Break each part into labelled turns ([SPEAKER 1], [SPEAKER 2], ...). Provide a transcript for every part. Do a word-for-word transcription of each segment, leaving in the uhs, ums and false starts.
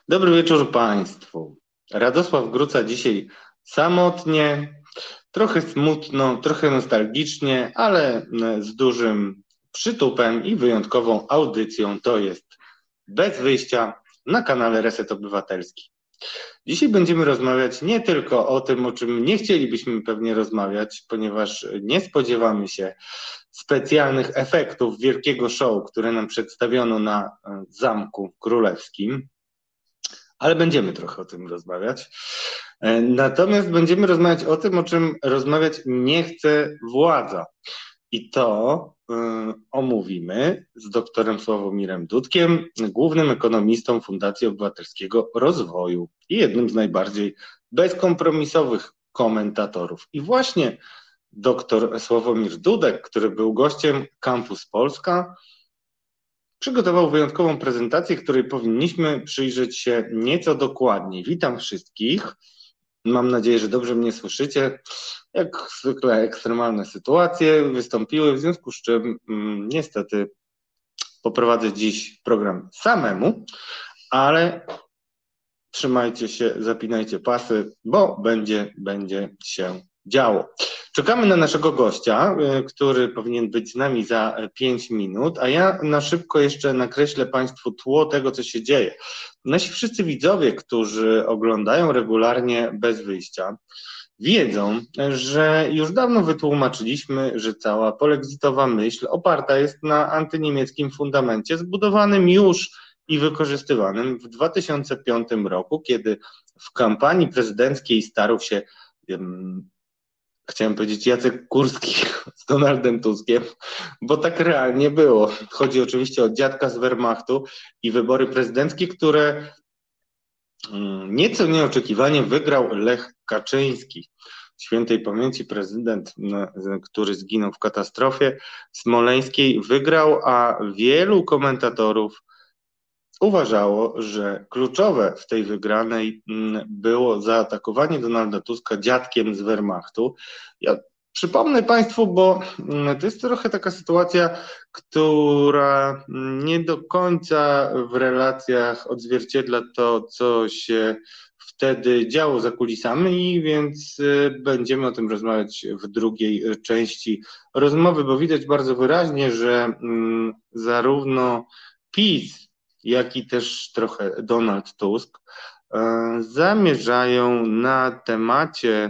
[SPEAKER 1] Dobry wieczór Państwu. Radosław Gruca dzisiaj samotnie, trochę smutno, trochę nostalgicznie, ale z dużym przytupem i wyjątkową audycją. To jest Bez Wyjścia na kanale Reset Obywatelski. Dzisiaj będziemy rozmawiać nie tylko o tym, o czym nie chcielibyśmy pewnie rozmawiać, ponieważ nie spodziewamy się specjalnych efektów wielkiego show, które nam przedstawiono na Zamku Królewskim, ale będziemy trochę o tym rozmawiać. Natomiast będziemy rozmawiać o tym, o czym rozmawiać nie chce władza. I to y, omówimy z doktorem Sławomirem Dudkiem, głównym ekonomistą Fundacji Obywatelskiego Rozwoju i jednym z najbardziej bezkompromisowych komentatorów. I właśnie doktor Sławomir Dudek, który był gościem Campus Polska, przygotował wyjątkową prezentację, której powinniśmy przyjrzeć się nieco dokładniej. Witam wszystkich. Mam nadzieję, że dobrze mnie słyszycie. Jak zwykle ekstremalne sytuacje wystąpiły, w związku z czym mm, niestety poprowadzę dziś program samemu, ale trzymajcie się, zapinajcie pasy, bo będzie, będzie się działo. Czekamy na naszego gościa, który powinien być z nami za pięć minut, a ja na szybko jeszcze nakreślę Państwu tło tego, co się dzieje. Nasi wszyscy widzowie, którzy oglądają regularnie Bez Wyjścia, wiedzą, że już dawno wytłumaczyliśmy, że cała polexitowa myśl oparta jest na antyniemieckim fundamencie zbudowanym już i wykorzystywanym w dwa tysiące piątym roku, kiedy w kampanii prezydenckiej starł się um, chciałem powiedzieć Jacek Kurski z Donaldem Tuskiem, bo tak realnie było. Chodzi oczywiście o dziadka z Wehrmachtu i wybory prezydenckie, które nieco nieoczekiwanie wygrał Lech Kaczyński. Świętej pamięci prezydent, który zginął w katastrofie smoleńskiej, wygrał, a wielu komentatorów uważało, że kluczowe w tej wygranej było zaatakowanie Donalda Tuska dziadkiem z Wehrmachtu. Ja przypomnę Państwu, bo to jest trochę taka sytuacja, która nie do końca w relacjach odzwierciedla to, co się wtedy działo za kulisami, więc będziemy o tym rozmawiać w drugiej części rozmowy, bo widać bardzo wyraźnie, że zarówno PiS, jak i też trochę Donald Tusk zamierzają na temacie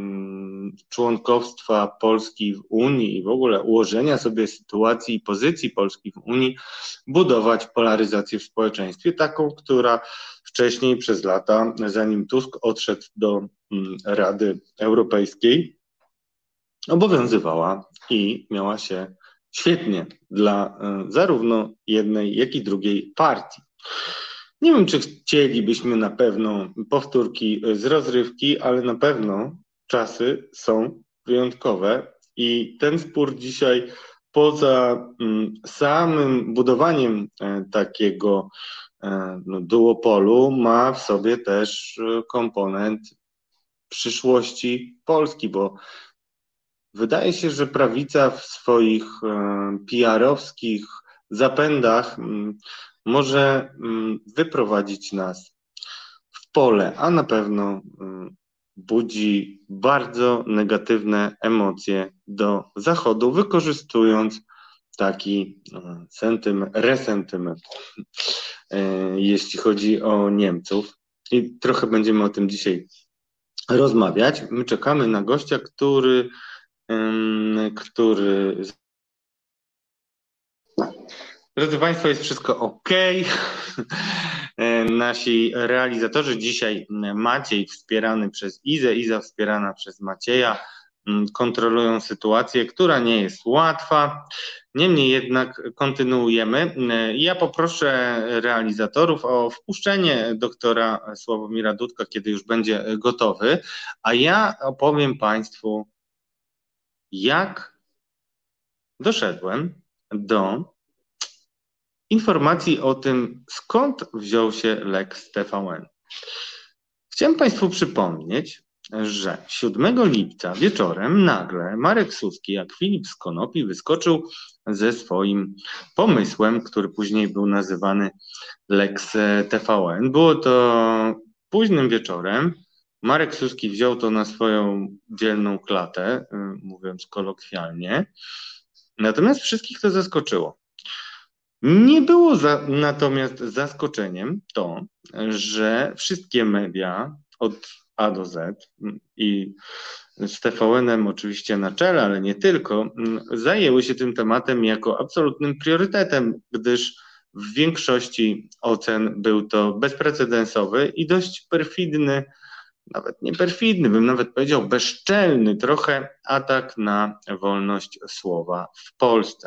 [SPEAKER 1] członkostwa Polski w Unii i w ogóle ułożenia sobie sytuacji i pozycji Polski w Unii budować polaryzację w społeczeństwie, taką, która wcześniej przez lata, zanim Tusk odszedł do Rady Europejskiej, obowiązywała i miała się świetnie dla zarówno jednej, jak i drugiej partii. Nie wiem, czy chcielibyśmy na pewno powtórki z rozrywki, ale na pewno czasy są wyjątkowe i ten spór dzisiaj poza samym budowaniem takiego no, duopolu ma w sobie też komponent przyszłości Polski, bo wydaje się, że prawica w swoich P R-owskich zapędach może wyprowadzić nas w pole, a na pewno budzi bardzo negatywne emocje do Zachodu, wykorzystując taki sentyment, resentyment, jeśli chodzi o Niemców. I trochę będziemy o tym dzisiaj rozmawiać. My czekamy na gościa, który, który... Drodzy Państwo, jest wszystko ok. Nasi realizatorzy dzisiaj, Maciej wspierany przez Izę, Iza wspierana przez Macieja, kontrolują sytuację, która nie jest łatwa. Niemniej jednak kontynuujemy. Ja poproszę realizatorów o wpuszczenie doktora Sławomira Dudka, kiedy już będzie gotowy, a ja opowiem Państwu, jak doszedłem do informacji o tym, skąd wziął się Lex T V N. Chciałem Państwu przypomnieć, że siódmego lipca wieczorem nagle Marek Suski, jak Filip z Konopi, wyskoczył ze swoim pomysłem, który później był nazywany Lex T V N. Było to późnym wieczorem. Marek Suski wziął to na swoją dzielną klatę, mówiąc kolokwialnie. Natomiast wszystkich to zaskoczyło. Nie było za, natomiast zaskoczeniem to, że wszystkie media od A do Z i z T V N-em oczywiście na czele, ale nie tylko, zajęły się tym tematem jako absolutnym priorytetem, gdyż w większości ocen był to bezprecedensowy i dość perfidny, nawet nie perfidny, bym nawet powiedział bezczelny trochę atak na wolność słowa w Polsce.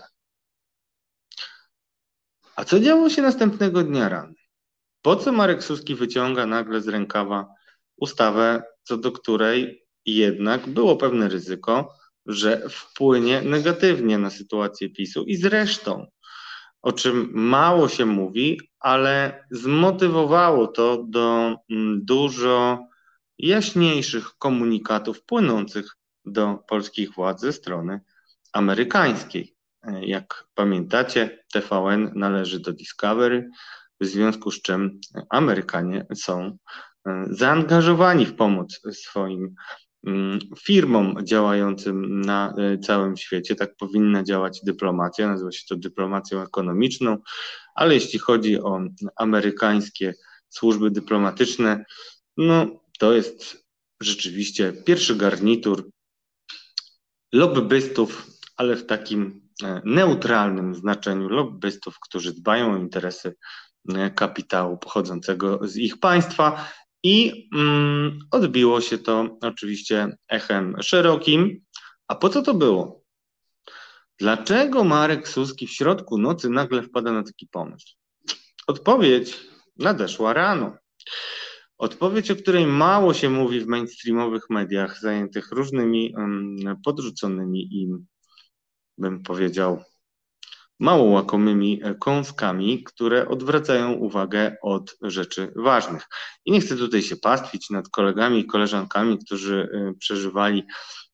[SPEAKER 1] A co działo się następnego dnia rano? Po co Marek Suski wyciąga nagle z rękawa ustawę, co do której jednak było pewne ryzyko, że wpłynie negatywnie na sytuację PiSu i zresztą, o czym mało się mówi, ale zmotywowało to do dużo jaśniejszych komunikatów płynących do polskich władz ze strony amerykańskiej. Jak pamiętacie, T V N należy do Discovery, w związku z czym Amerykanie są zaangażowani w pomoc swoim firmom działającym na całym świecie. Tak powinna działać dyplomacja, nazywa się to dyplomacją ekonomiczną, ale jeśli chodzi o amerykańskie służby dyplomatyczne, no to jest rzeczywiście pierwszy garnitur lobbystów, ale w takim neutralnym znaczeniu lobbystów, którzy dbają o interesy kapitału pochodzącego z ich państwa i mm, odbiło się to oczywiście echem szerokim. A po co to było? Dlaczego Marek Suski w środku nocy nagle wpada na taki pomysł? Odpowiedź nadeszła rano. Odpowiedź, o której mało się mówi w mainstreamowych mediach zajętych różnymi um, podrzuconymi im, bym powiedział, mało łakomymi kąskami, które odwracają uwagę od rzeczy ważnych. I nie chcę tutaj się pastwić nad kolegami i koleżankami, którzy przeżywali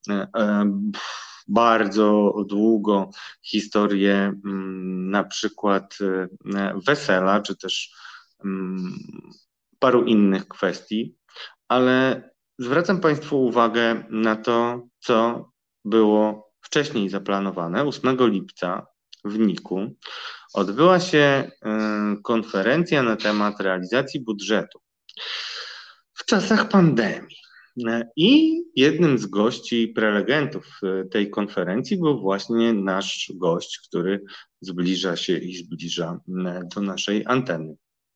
[SPEAKER 1] bardzo długo historię na przykład wesela, czy też paru innych kwestii, ale zwracam Państwu uwagę na to, co było wcześniej zaplanowane. ósmego lipca w N I K-u odbyła się konferencja na temat realizacji budżetu w czasach pandemii. I jednym z gości, prelegentów tej konferencji był właśnie nasz gość, który zbliża się i zbliża do naszej anteny.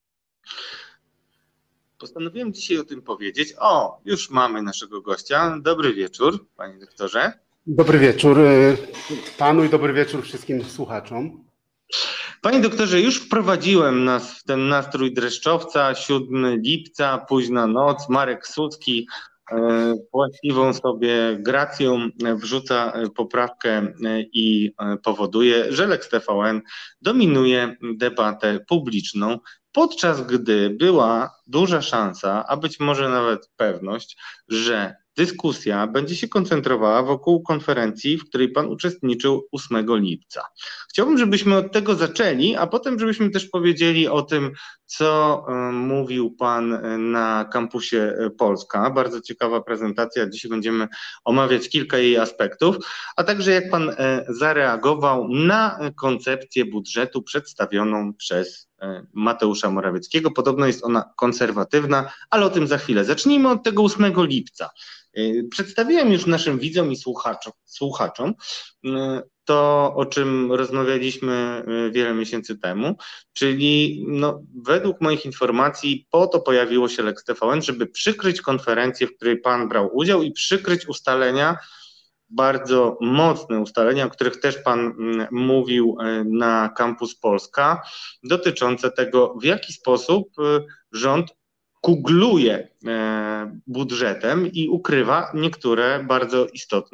[SPEAKER 1] Postanowiłem dzisiaj o tym powiedzieć. O, już mamy naszego gościa. Dobry wieczór, panie doktorze.
[SPEAKER 2] Dobry wieczór panu i dobry wieczór wszystkim słuchaczom.
[SPEAKER 1] Panie doktorze, już wprowadziłem nas w ten nastrój dreszczowca. siódmego lipca, późna noc, Marek Suski e, właściwą sobie gracją wrzuca poprawkę i powoduje, że Lex T V N dominuje debatę publiczną, podczas gdy była duża szansa, a być może nawet pewność, że dyskusja będzie się koncentrowała wokół konferencji, w której pan uczestniczył ósmego lipca. Chciałbym, żebyśmy od tego zaczęli, a potem żebyśmy też powiedzieli o tym, co mówił pan na kampusie Polska. Bardzo ciekawa prezentacja. Dzisiaj będziemy omawiać kilka jej aspektów, a także jak pan zareagował na koncepcję budżetu przedstawioną przez Mateusza Morawieckiego. Podobno jest ona konserwatywna, ale o tym za chwilę. Zacznijmy od tego ósmego lipca. Przedstawiłem już naszym widzom i słuchaczom, słuchaczom to, o czym rozmawialiśmy wiele miesięcy temu, czyli no, według moich informacji po to pojawiło się Lex T V N, żeby przykryć konferencję, w której pan brał udział i przykryć ustalenia, bardzo mocne ustalenia, o których też pan mówił na Campus Polska, dotyczące tego, w jaki sposób rząd kugluje budżetem i ukrywa niektóre bardzo istotne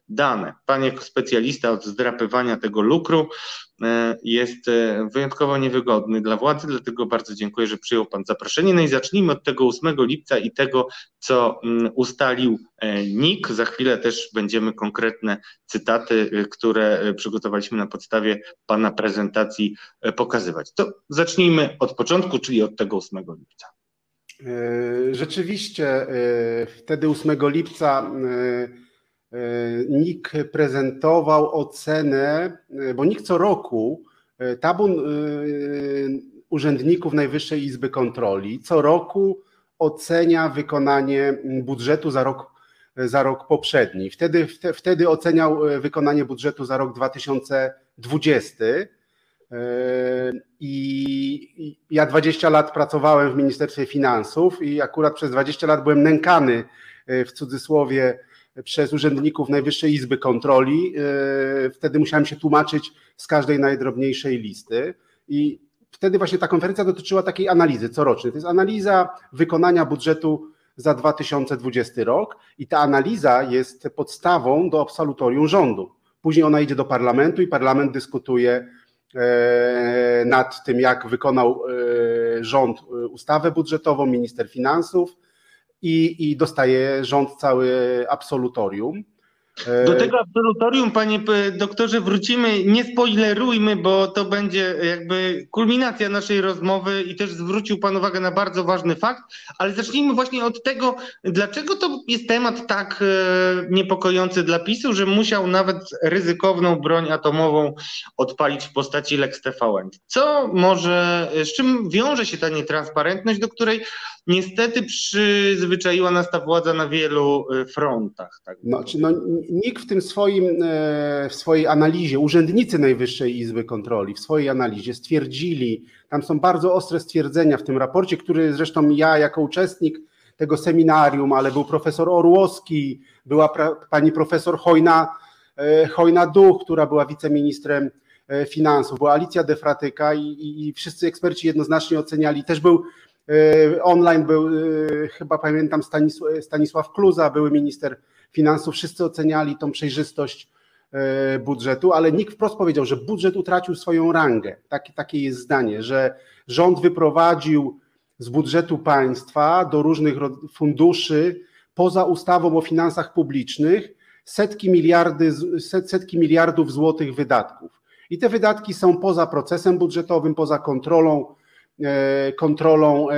[SPEAKER 1] dane. Pan jako specjalista od zdrapywania tego lukru jest wyjątkowo niewygodny dla władzy, dlatego bardzo dziękuję, że przyjął Pan zaproszenie. No i zacznijmy od tego ósmego lipca i tego, co ustalił N I K. Za chwilę też będziemy konkretne cytaty, które przygotowaliśmy na podstawie Pana prezentacji, pokazywać. To zacznijmy od początku, czyli od tego ósmego lipca.
[SPEAKER 2] Rzeczywiście wtedy ósmego lipca N I K prezentował ocenę, bo N I K co roku, tabun urzędników Najwyższej Izby Kontroli co roku ocenia wykonanie budżetu za rok, za rok poprzedni. Wtedy, wtedy oceniał wykonanie budżetu za rok dwa tysiące dwudziesty. I ja dwadzieścia lat pracowałem w Ministerstwie Finansów i akurat przez dwadzieścia lat byłem nękany, w cudzysłowie, przez urzędników Najwyższej Izby Kontroli. Wtedy musiałem się tłumaczyć z każdej najdrobniejszej listy i wtedy właśnie ta konferencja dotyczyła takiej analizy corocznej. To jest analiza wykonania budżetu za dwa tysiące dwudziesty rok i ta analiza jest podstawą do absolutorium rządu. Później ona idzie do parlamentu i parlament dyskutuje nad tym, jak wykonał rząd ustawę budżetową, minister finansów i, i dostaje rząd cały absolutorium.
[SPEAKER 1] Do tego absolutorium, panie doktorze, wrócimy, nie spoilerujmy, bo to będzie jakby kulminacja naszej rozmowy i też zwrócił pan uwagę na bardzo ważny fakt, ale zacznijmy właśnie od tego, dlaczego to jest temat tak niepokojący dla PiSu, że musiał nawet ryzykowną broń atomową odpalić w postaci Lex T V N. Co może, z czym wiąże się ta nietransparentność, do której niestety przyzwyczaiła nas ta władza na wielu frontach? Tak?
[SPEAKER 2] No, no, N I K w tym swoim, w swojej analizie, urzędnicy Najwyższej Izby Kontroli w swojej analizie stwierdzili, tam są bardzo ostre stwierdzenia w tym raporcie, który zresztą ja jako uczestnik tego seminarium, ale był profesor Orłowski, była pra, pani profesor Hojna, Hojna-Duch, która była wiceministrem finansów, była Alicja Defratyka i, i, i wszyscy eksperci jednoznacznie oceniali, też był online, był chyba pamiętam Stanisław, Stanisław Kluza, były minister finansów, wszyscy oceniali tą przejrzystość budżetu, ale N I K wprost powiedział, że budżet utracił swoją rangę. Takie, takie jest zdanie, że rząd wyprowadził z budżetu państwa do różnych funduszy poza ustawą o finansach publicznych setki, miliardy, set, setki miliardów złotych wydatków. I te wydatki są poza procesem budżetowym, poza kontrolą kontrolą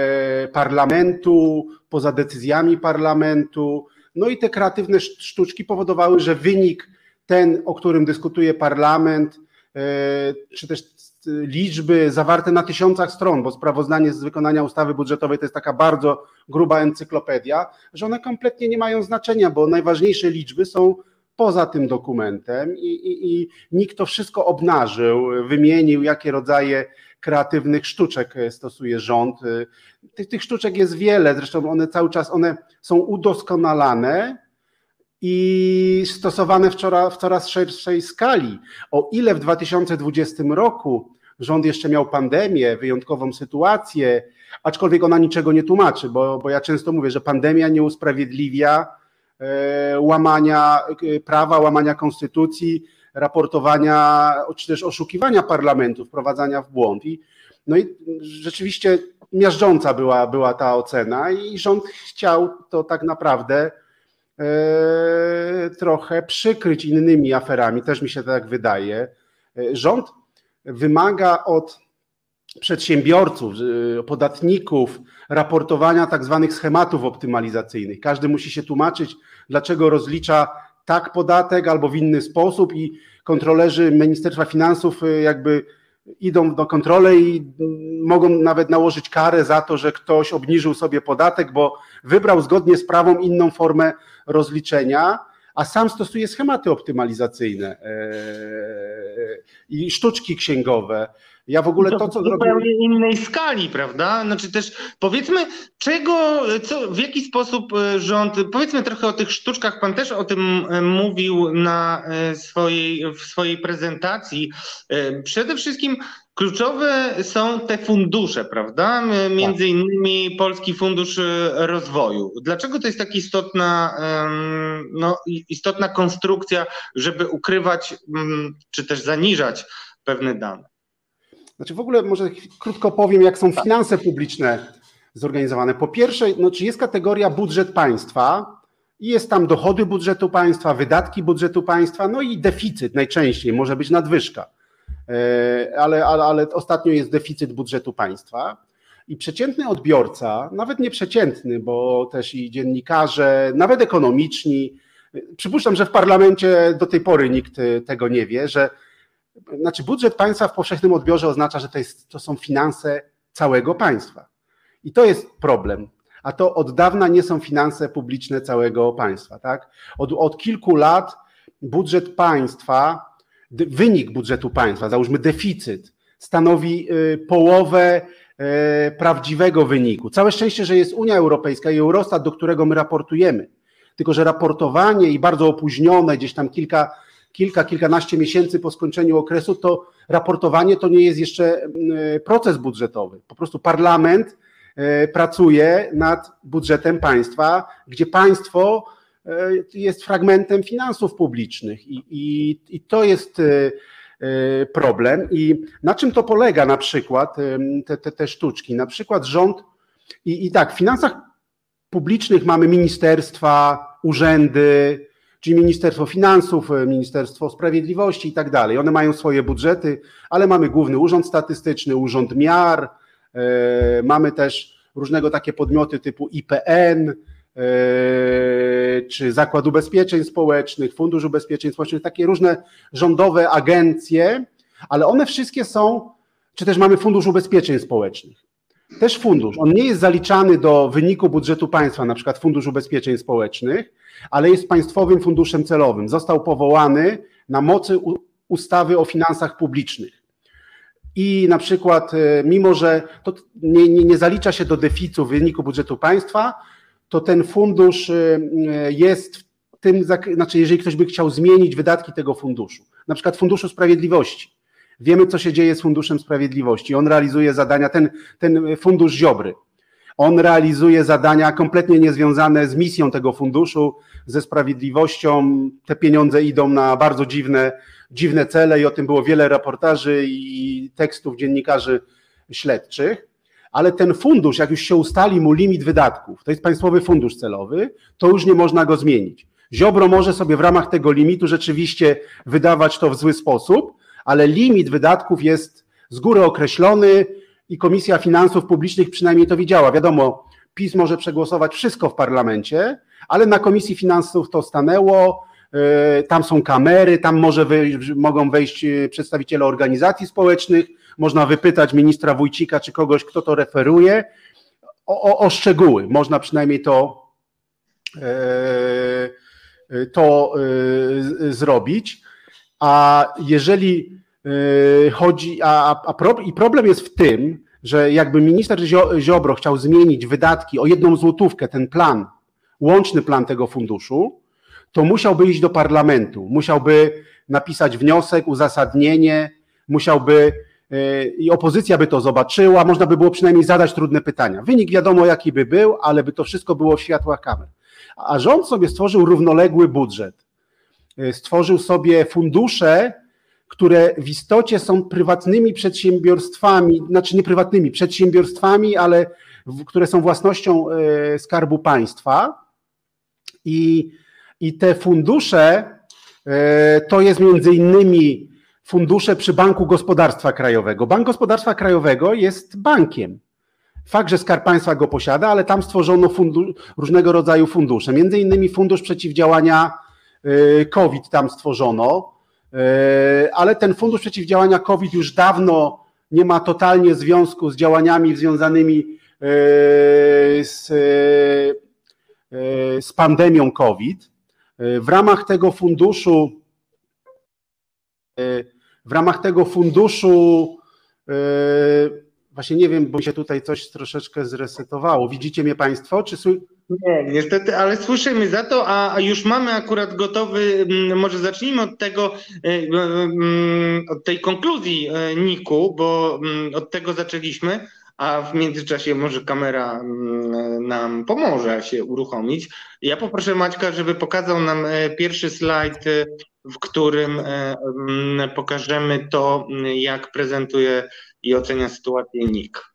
[SPEAKER 2] parlamentu, poza decyzjami parlamentu. No i te kreatywne sztuczki powodowały, że wynik ten, o którym dyskutuje parlament, czy też liczby zawarte na tysiącach stron, bo sprawozdanie z wykonania ustawy budżetowej to jest taka bardzo gruba encyklopedia, że one kompletnie nie mają znaczenia, bo najważniejsze liczby są poza tym dokumentem i, i, i nikt to wszystko obnażył, wymienił, jakie rodzaje kreatywnych sztuczek stosuje rząd. Tych, tych sztuczek jest wiele, zresztą one cały czas one są udoskonalane i stosowane w coraz, w coraz szerszej skali. O ile w dwa tysiące dwudziestym roku rząd jeszcze miał pandemię, wyjątkową sytuację, aczkolwiek ona niczego nie tłumaczy, bo, bo ja często mówię, że pandemia nie usprawiedliwia e, łamania prawa, łamania konstytucji, raportowania, czy też oszukiwania parlamentu, wprowadzania w błąd. I, no i rzeczywiście miażdżąca była, była ta ocena i rząd chciał to tak naprawdę e, trochę przykryć innymi aferami, też mi się tak wydaje. Rząd wymaga od przedsiębiorców, podatników raportowania tak zwanych schematów optymalizacyjnych. Każdy musi się tłumaczyć, dlaczego rozlicza tak podatek albo w inny sposób i kontrolerzy Ministerstwa Finansów jakby idą do kontroli i mogą nawet nałożyć karę za to, że ktoś obniżył sobie podatek, bo wybrał zgodnie z prawem inną formę rozliczenia, a sam stosuje schematy optymalizacyjne i sztuczki księgowe. Ja w ogóle to, co
[SPEAKER 1] w
[SPEAKER 2] zrobiłem...
[SPEAKER 1] zupełnie innej skali, prawda? Znaczy też powiedzmy, czego, co, w jaki sposób rząd, powiedzmy trochę o tych sztuczkach, pan też o tym mówił na swojej, w swojej prezentacji. Przede wszystkim kluczowe są te fundusze, prawda? Między innymi Polski Fundusz Rozwoju. Dlaczego to jest tak istotna, no, istotna konstrukcja, żeby ukrywać czy też zaniżać pewne dane?
[SPEAKER 2] Znaczy w ogóle może krótko powiem, jak są finanse publiczne zorganizowane. Po pierwsze, no, czy jest kategoria budżet państwa i jest tam dochody budżetu państwa, wydatki budżetu państwa, no i deficyt najczęściej, może być nadwyżka, ale, ale, ale ostatnio jest deficyt budżetu państwa i przeciętny odbiorca, nawet nie przeciętny, bo też i dziennikarze, nawet ekonomiczni, przypuszczam, że w parlamencie do tej pory nikt tego nie wie, że Znaczy budżet państwa w powszechnym odbiorze oznacza, że to, jest, to są finanse całego państwa. I to jest problem. A to od dawna nie są finanse publiczne całego państwa. Tak? Od, od kilku lat budżet państwa, wynik budżetu państwa, załóżmy deficyt, stanowi połowę prawdziwego wyniku. Całe szczęście, że jest Unia Europejska i Eurostat, do którego my raportujemy. Tylko że raportowanie i bardzo opóźnione, gdzieś tam kilka kilka, kilkanaście miesięcy po skończeniu okresu, to raportowanie to nie jest jeszcze proces budżetowy. Po prostu parlament pracuje nad budżetem państwa, gdzie państwo jest fragmentem finansów publicznych i, i, i to jest problem. I na czym to polega na przykład te, te, te sztuczki? Na przykład rząd i, i tak, w finansach publicznych mamy ministerstwa, urzędy, czyli Ministerstwo Finansów, Ministerstwo Sprawiedliwości i tak dalej. One mają swoje budżety, ale mamy Główny Urząd Statystyczny, Urząd Miar, yy, mamy też różnego takie podmioty typu I P N, yy, czy Zakład Ubezpieczeń Społecznych, Fundusz Ubezpieczeń Społecznych, takie różne rządowe agencje, ale one wszystkie są, czy też mamy Fundusz Ubezpieczeń Społecznych. Też fundusz, on nie jest zaliczany do wyniku budżetu państwa, na przykład Fundusz Ubezpieczeń Społecznych, ale jest państwowym funduszem celowym. Został powołany na mocy ustawy o finansach publicznych. I na przykład, mimo że to nie, nie, nie zalicza się do deficytu wyniku budżetu państwa, to ten fundusz jest w tym, znaczy jeżeli ktoś by chciał zmienić wydatki tego funduszu, na przykład Funduszu Sprawiedliwości. Wiemy, co się dzieje z Funduszem Sprawiedliwości. On realizuje zadania, ten, ten fundusz Ziobry, on realizuje zadania kompletnie niezwiązane z misją tego funduszu, ze sprawiedliwością. Te pieniądze idą na bardzo dziwne, dziwne cele i o tym było wiele reportaży i tekstów dziennikarzy śledczych. Ale ten fundusz, jak już się ustali mu limit wydatków, to jest państwowy fundusz celowy, to już nie można go zmienić. Ziobro może sobie w ramach tego limitu rzeczywiście wydawać to w zły sposób, ale limit wydatków jest z góry określony i Komisja Finansów Publicznych przynajmniej to widziała. Wiadomo, PiS może przegłosować wszystko w parlamencie, ale na Komisji Finansów to stanęło, tam są kamery, tam może wejść, mogą wejść przedstawiciele organizacji społecznych, można wypytać ministra Wójcika czy kogoś, kto to referuje, o, o, o szczegóły, można przynajmniej to, to zrobić. A jeżeli chodzi, a, a pro, i problem jest w tym, że jakby minister Ziobro chciał zmienić wydatki o jedną złotówkę, ten plan, łączny plan tego funduszu, to musiałby iść do parlamentu, musiałby napisać wniosek, uzasadnienie, musiałby i opozycja by to zobaczyła, można by było przynajmniej zadać trudne pytania. Wynik wiadomo jaki by był, ale by to wszystko było w światłach kamer. A rząd sobie stworzył równoległy budżet. Stworzył sobie fundusze, które w istocie są prywatnymi przedsiębiorstwami, znaczy nie prywatnymi, przedsiębiorstwami, ale w, które są własnością e, Skarbu Państwa i, i te fundusze e, to jest między innymi fundusze przy Banku Gospodarstwa Krajowego. Bank Gospodarstwa Krajowego jest bankiem. Fakt, że Skarb Państwa go posiada, ale tam stworzono fundusz, różnego rodzaju fundusze, między innymi Fundusz Przeciwdziałania COVID tam stworzono, ale ten Fundusz Przeciwdziałania COVID już dawno nie ma totalnie związku z działaniami związanymi z, z pandemią COVID. W ramach tego funduszu w ramach tego funduszu Właśnie nie wiem, bo się tutaj coś troszeczkę zresetowało. Widzicie mnie Państwo? Czy sły...
[SPEAKER 1] Nie, niestety, ale słyszymy za to, a już mamy akurat gotowy, może zacznijmy od tego, od tej konkluzji Niku, bo od tego zaczęliśmy, a w międzyczasie może kamera nam pomoże się uruchomić. Ja poproszę Maćka, żeby pokazał nam pierwszy slajd, w którym pokażemy to, jak prezentuje i ocenia sytuację Nik.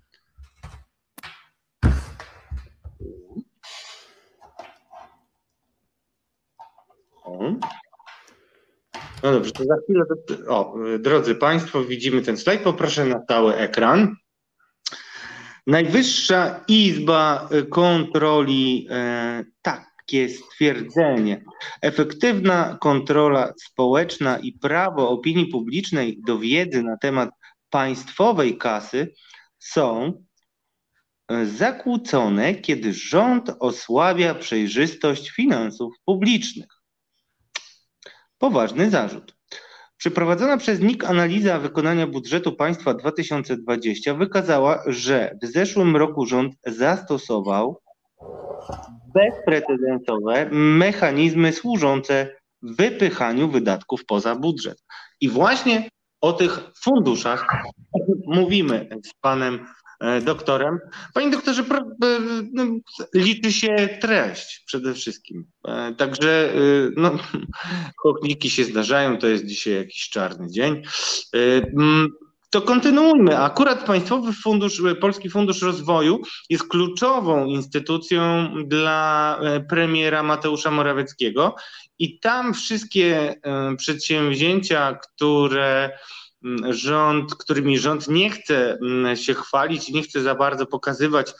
[SPEAKER 1] No dobrze, to za chwilę. O, drodzy Państwo, widzimy ten slajd. Poproszę na cały ekran. Najwyższa Izba Kontroli, e, takie stwierdzenie. Efektywna kontrola społeczna i prawo opinii publicznej do wiedzy na temat państwowej kasy są zakłócone, kiedy rząd osłabia przejrzystość finansów publicznych. Poważny zarzut. Przeprowadzona przez Nik analiza wykonania budżetu państwa dwa tysiące dwudziestego wykazała, że w zeszłym roku rząd zastosował bezprecedensowe mechanizmy służące wypychaniu wydatków poza budżet. I właśnie o tych funduszach mówimy z panem doktorem. Panie doktorze, liczy się treść przede wszystkim. Także no, chochliki się zdarzają, to jest dzisiaj jakiś czarny dzień. To kontynuujmy. Akurat Państwowy Fundusz, Polski Fundusz Rozwoju jest kluczową instytucją dla premiera Mateusza Morawieckiego i tam wszystkie przedsięwzięcia, które rząd, którymi rząd nie chce się chwalić, nie chce za bardzo pokazywać,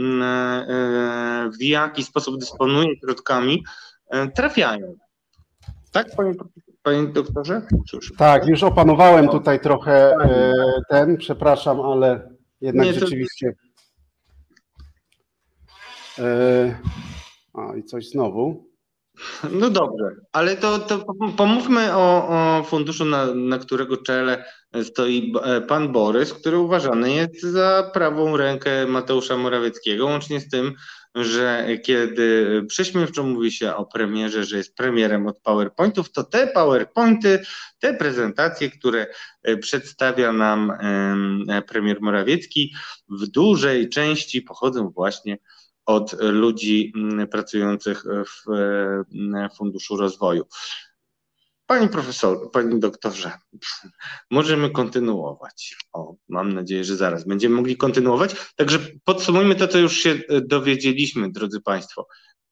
[SPEAKER 1] w jaki sposób dysponuje środkami, trafiają. Tak, panie, panie doktorze? Cóż.
[SPEAKER 2] Tak, już opanowałem tutaj trochę ten, przepraszam, ale jednak nie, to... rzeczywiście. A i coś znowu.
[SPEAKER 1] No dobrze, ale to, to pomówmy o, o funduszu, na, na którego czele stoi pan Borys, który uważany jest za prawą rękę Mateusza Morawieckiego, łącznie z tym, że kiedy prześmiewczo mówi się o premierze, że jest premierem od PowerPointów, to te PowerPointy, te prezentacje, które przedstawia nam premier Morawiecki, w dużej części pochodzą właśnie od ludzi pracujących w Funduszu Rozwoju. Pani profesor, panie doktorze, możemy kontynuować. O, mam nadzieję, że zaraz będziemy mogli kontynuować. Także podsumujmy to, co już się dowiedzieliśmy, drodzy Państwo.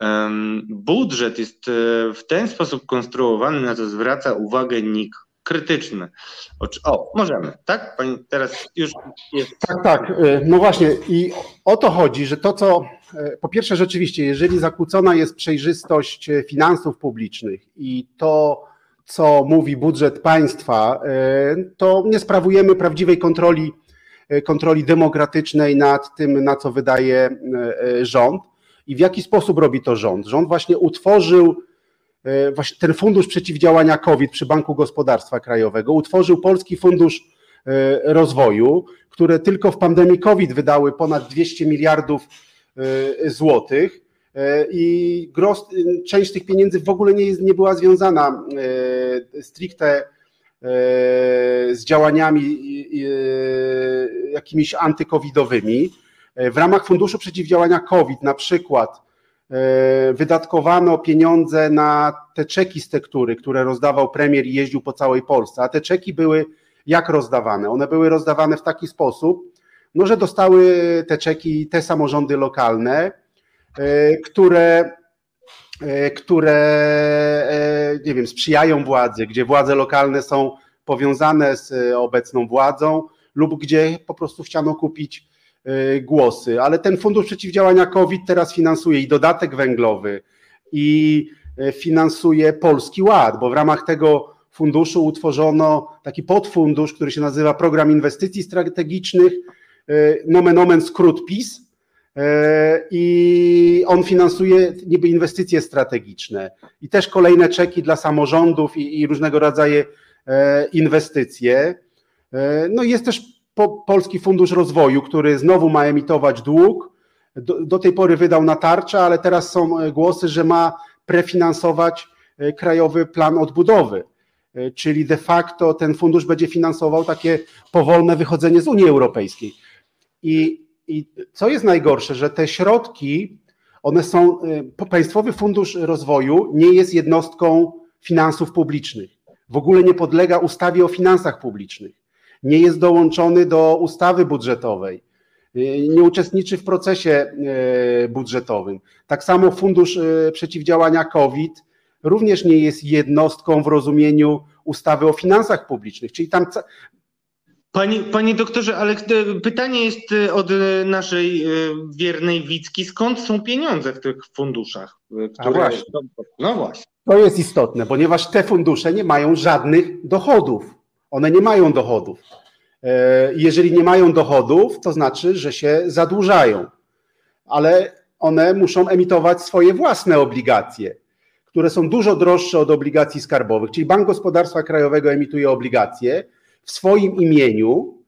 [SPEAKER 1] Budżet jest w ten sposób konstruowany, na co zwraca uwagę Nik, krytyczny. O, możemy, tak? Pani teraz już jest.
[SPEAKER 2] Tak, tak. No właśnie i o to chodzi, że to, co po pierwsze rzeczywiście, jeżeli zakłócona jest przejrzystość finansów publicznych i to, co mówi budżet państwa, to nie sprawujemy prawdziwej kontroli, kontroli demokratycznej nad tym, na co wydaje rząd i w jaki sposób robi to rząd. Rząd właśnie utworzył właśnie ten Fundusz Przeciwdziałania COVID przy Banku Gospodarstwa Krajowego, utworzył Polski Fundusz Rozwoju, które tylko w pandemii COVID wydały ponad dwieście miliardów złotych i gros, część tych pieniędzy w ogóle nie, jest, nie była związana stricte z działaniami jakimiś antykowidowymi. W ramach Funduszu Przeciwdziałania COVID na przykład wydatkowano pieniądze na te czeki z tektury, które rozdawał premier i jeździł po całej Polsce, a te czeki były jak rozdawane? One były rozdawane w taki sposób, no, że dostały te czeki te samorządy lokalne, które, które nie wiem, sprzyjają władzy, gdzie władze lokalne są powiązane z obecną władzą lub gdzie po prostu chciano kupić głosy, ale ten Fundusz Przeciwdziałania COVID teraz finansuje i dodatek węglowy i finansuje Polski Ład, bo w ramach tego funduszu utworzono taki podfundusz, który się nazywa Program Inwestycji Strategicznych, nomen omen skrót P I S, i on finansuje niby inwestycje strategiczne i też kolejne czeki dla samorządów i, i różnego rodzaju inwestycje. No i jest też po, Polski Fundusz Rozwoju, który znowu ma emitować dług, do, do tej pory wydał na tarczę, ale teraz są głosy, że ma prefinansować Krajowy Plan Odbudowy, czyli de facto ten fundusz będzie finansował takie powolne wychodzenie z Unii Europejskiej. I, i co jest najgorsze, że te środki, one są, Państwowy Fundusz Rozwoju nie jest jednostką finansów publicznych, w ogóle nie podlega ustawie o finansach publicznych, nie jest dołączony do ustawy budżetowej, nie uczestniczy w procesie budżetowym. Tak samo Fundusz Przeciwdziałania COVID również nie jest jednostką w rozumieniu ustawy o finansach publicznych, czyli tam...
[SPEAKER 1] Panie, panie doktorze, ale pytanie jest od naszej wiernej Wicki, skąd są pieniądze w tych funduszach?
[SPEAKER 2] Które... A właśnie.
[SPEAKER 1] No właśnie.
[SPEAKER 2] To jest istotne, ponieważ te fundusze nie mają żadnych dochodów. One nie mają dochodów. Jeżeli nie mają dochodów, to znaczy, że się zadłużają, ale one muszą emitować swoje własne obligacje, które są dużo droższe od obligacji skarbowych, czyli Bank Gospodarstwa Krajowego emituje obligacje w swoim imieniu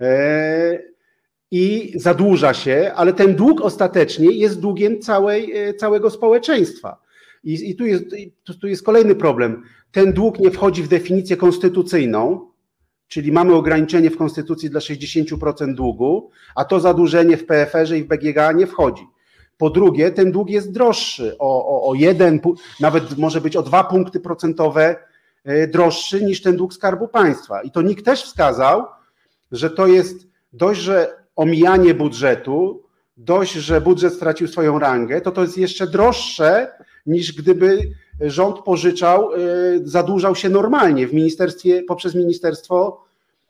[SPEAKER 2] i zadłuża się, ale ten dług ostatecznie jest długiem całej, całego społeczeństwa. I, i tu, jest, tu jest kolejny problem. Ten dług nie wchodzi w definicję konstytucyjną, czyli mamy ograniczenie w Konstytucji dla sześćdziesiąt procent długu, a to zadłużenie w P F R ze i w B G K nie wchodzi. Po drugie, ten dług jest droższy o, o, o jeden, nawet może być o dwa punkty procentowe droższy niż ten dług Skarbu Państwa. I to nikt też wskazał, że to jest dość, że omijanie budżetu, dość, że budżet stracił swoją rangę, to to jest jeszcze droższe niż gdyby rząd pożyczał, zadłużał się normalnie w ministerstwie, poprzez Ministerstwo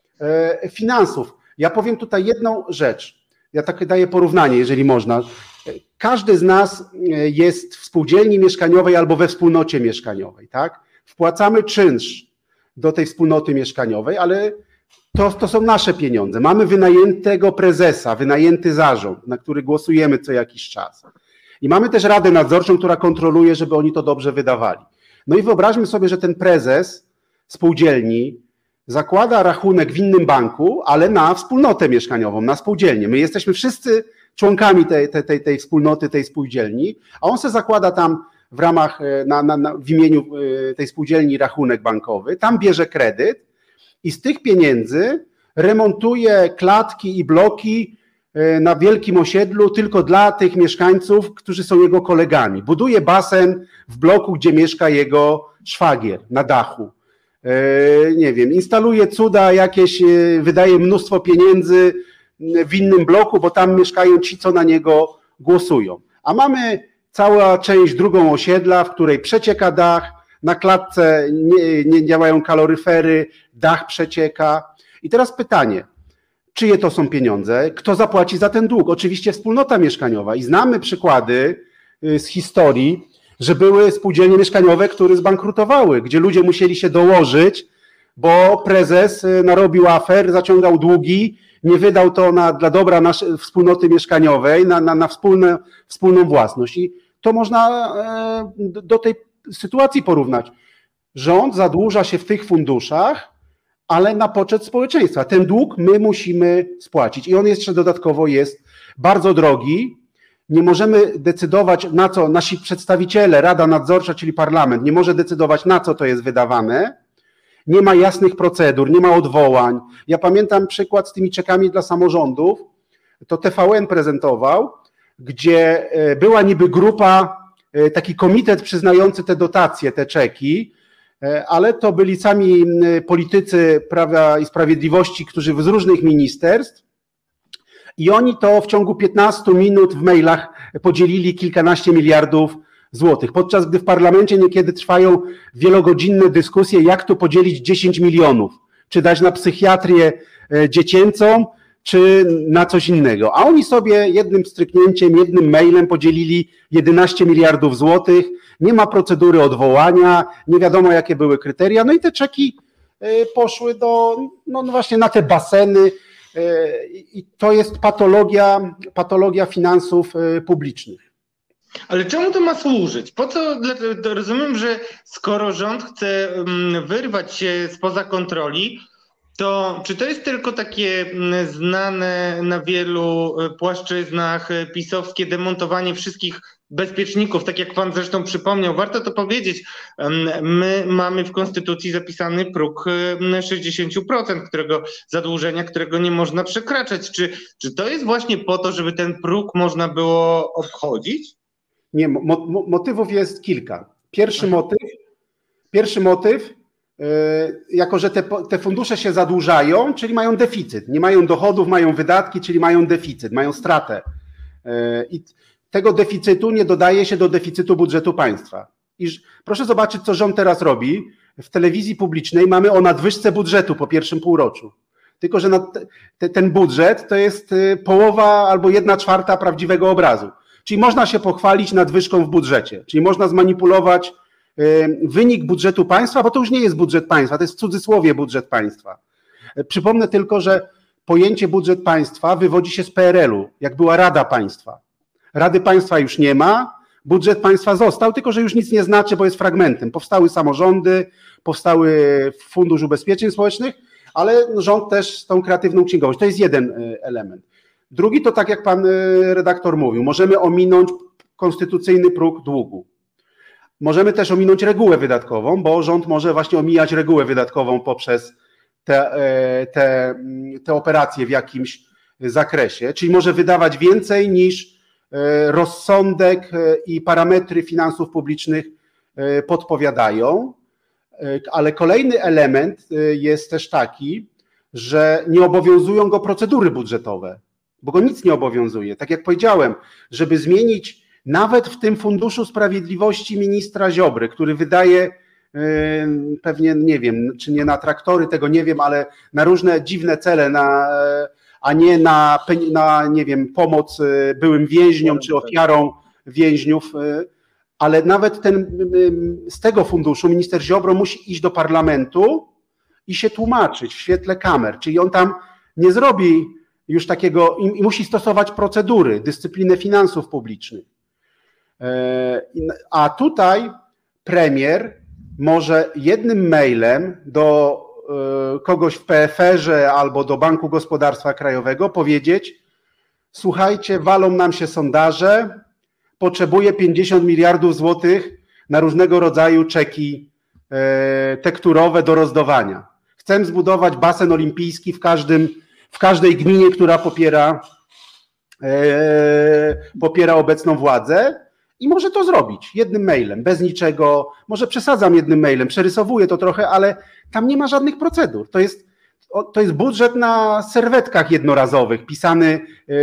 [SPEAKER 2] Finansów. Ja powiem tutaj jedną rzecz. Ja tak daję porównanie, jeżeli można. Każdy z nas jest w spółdzielni mieszkaniowej albo we wspólnocie mieszkaniowej, tak? Wpłacamy czynsz do tej wspólnoty mieszkaniowej, ale to, to są nasze pieniądze. Mamy wynajętego prezesa, wynajęty zarząd, na który głosujemy co jakiś czas. I mamy też radę nadzorczą, która kontroluje, żeby oni to dobrze wydawali. No i wyobraźmy sobie, że ten prezes spółdzielni zakłada rachunek w innym banku, ale na wspólnotę mieszkaniową, na spółdzielnię. My jesteśmy wszyscy członkami tej, tej, tej wspólnoty, tej spółdzielni, a on se zakłada tam w ramach, na, na, na, w imieniu tej spółdzielni rachunek bankowy, tam bierze kredyt i z tych pieniędzy remontuje klatki i bloki na wielkim osiedlu tylko dla tych mieszkańców, którzy są jego kolegami. Buduje basen w bloku, gdzie mieszka jego szwagier na dachu. Nie wiem, instaluje cuda jakieś, wydaje mnóstwo pieniędzy w innym bloku, bo tam mieszkają ci, co na niego głosują. A mamy cała część drugą osiedla, w której przecieka dach, na klatce nie, nie działają kaloryfery, dach przecieka. I teraz pytanie, czyje to są pieniądze? Kto zapłaci za ten dług? Oczywiście wspólnota mieszkaniowa. I znamy przykłady z historii, że były spółdzielnie mieszkaniowe, które zbankrutowały, gdzie ludzie musieli się dołożyć, bo prezes narobił afer, zaciągał długi, nie wydał to na, dla dobra naszej wspólnoty mieszkaniowej, na, na, na wspólne, wspólną własność. I to można do tej sytuacji porównać. Rząd zadłuża się w tych funduszach, ale na poczet społeczeństwa. Ten dług my musimy spłacić i on jeszcze dodatkowo jest bardzo drogi. Nie możemy decydować, na co nasi przedstawiciele, Rada Nadzorcza, czyli Parlament, nie może decydować, na co to jest wydawane. Nie ma jasnych procedur, nie ma odwołań. Ja pamiętam przykład z tymi czekami dla samorządów, to T V N prezentował, gdzie była niby grupa, taki komitet przyznający te dotacje, te czeki, ale to byli sami politycy Prawa i Sprawiedliwości, którzy z różnych ministerstw i oni to w ciągu piętnastu minut w mailach podzielili kilkanaście miliardów złotych, podczas gdy w parlamencie niekiedy trwają wielogodzinne dyskusje, jak tu podzielić dziesięć milionów, czy dać na psychiatrię dziecięcą, czy na coś innego. A oni sobie jednym stryknięciem, jednym mailem podzielili jedenaście miliardów złotych, nie ma procedury odwołania, nie wiadomo jakie były kryteria, no i te czeki poszły do, no właśnie na te baseny i to jest patologia, patologia finansów publicznych.
[SPEAKER 1] Ale czemu to ma służyć? Po co? Rozumiem, że skoro rząd chce wyrwać się spoza kontroli, To czy to jest tylko takie znane na wielu płaszczyznach pisowskie demontowanie wszystkich bezpieczników, tak jak pan zresztą przypomniał, warto to powiedzieć, my mamy w Konstytucji zapisany próg sześćdziesiąt procent którego zadłużenia, którego nie można przekraczać. Czy, czy to jest właśnie po to, żeby ten próg można było obchodzić?
[SPEAKER 2] Nie, mo, mo, motywów jest kilka. Pierwszy Aha. motyw, pierwszy motyw, yy, jako że te, te fundusze się zadłużają, czyli mają deficyt, nie mają dochodów, mają wydatki, czyli mają deficyt, mają stratę. Yy, I tego deficytu nie dodaje się do deficytu budżetu państwa. I proszę zobaczyć, co rząd teraz robi. W telewizji publicznej mamy o nadwyżce budżetu po pierwszym półroczu. Tylko że te, ten budżet to jest połowa albo jedna czwarta prawdziwego obrazu. Czyli można się pochwalić nadwyżką w budżecie, czyli można zmanipulować wynik budżetu państwa, bo to już nie jest budżet państwa, to jest w cudzysłowie budżet państwa. Przypomnę tylko, że pojęcie budżet państwa wywodzi się z P R L-u, jak była Rada Państwa. Rady Państwa już nie ma, budżet państwa został, tylko że już nic nie znaczy, bo jest fragmentem. Powstały samorządy, powstały Fundusz Ubezpieczeń Społecznych, ale rząd też z tą kreatywną księgowość. To jest jeden element. Drugi to, tak jak pan redaktor mówił, możemy ominąć konstytucyjny próg długu. Możemy też ominąć regułę wydatkową, bo rząd może właśnie omijać regułę wydatkową poprzez te, te, te operacje w jakimś zakresie, czyli może wydawać więcej niż rozsądek i parametry finansów publicznych podpowiadają. Ale kolejny element jest też taki, że nie obowiązują go procedury budżetowe, bo go nic nie obowiązuje. Tak jak powiedziałem, żeby zmienić nawet w tym Funduszu Sprawiedliwości ministra Ziobry, który wydaje pewnie, nie wiem, czy nie na traktory, tego nie wiem, ale na różne dziwne cele, na, a nie na, na, nie wiem, pomoc byłym więźniom czy ofiarom więźniów, ale nawet ten, z tego funduszu minister Ziobro musi iść do parlamentu i się tłumaczyć w świetle kamer, czyli on tam nie zrobi już takiego i musi stosować procedury, dyscyplinę finansów publicznych. A tutaj premier może jednym mailem do kogoś w P F R-ze albo do Banku Gospodarstwa Krajowego powiedzieć: słuchajcie, walą nam się sondaże, potrzebuje pięćdziesiąt miliardów złotych na różnego rodzaju czeki tekturowe do rozdawania. Chcę zbudować basen olimpijski w, każdym, w każdej gminie, która popiera, popiera obecną władzę i może to zrobić jednym mailem, bez niczego. Może przesadzam jednym mailem, przerysowuję to trochę, ale tam nie ma żadnych procedur. To jest, to jest budżet na serwetkach jednorazowych, pisany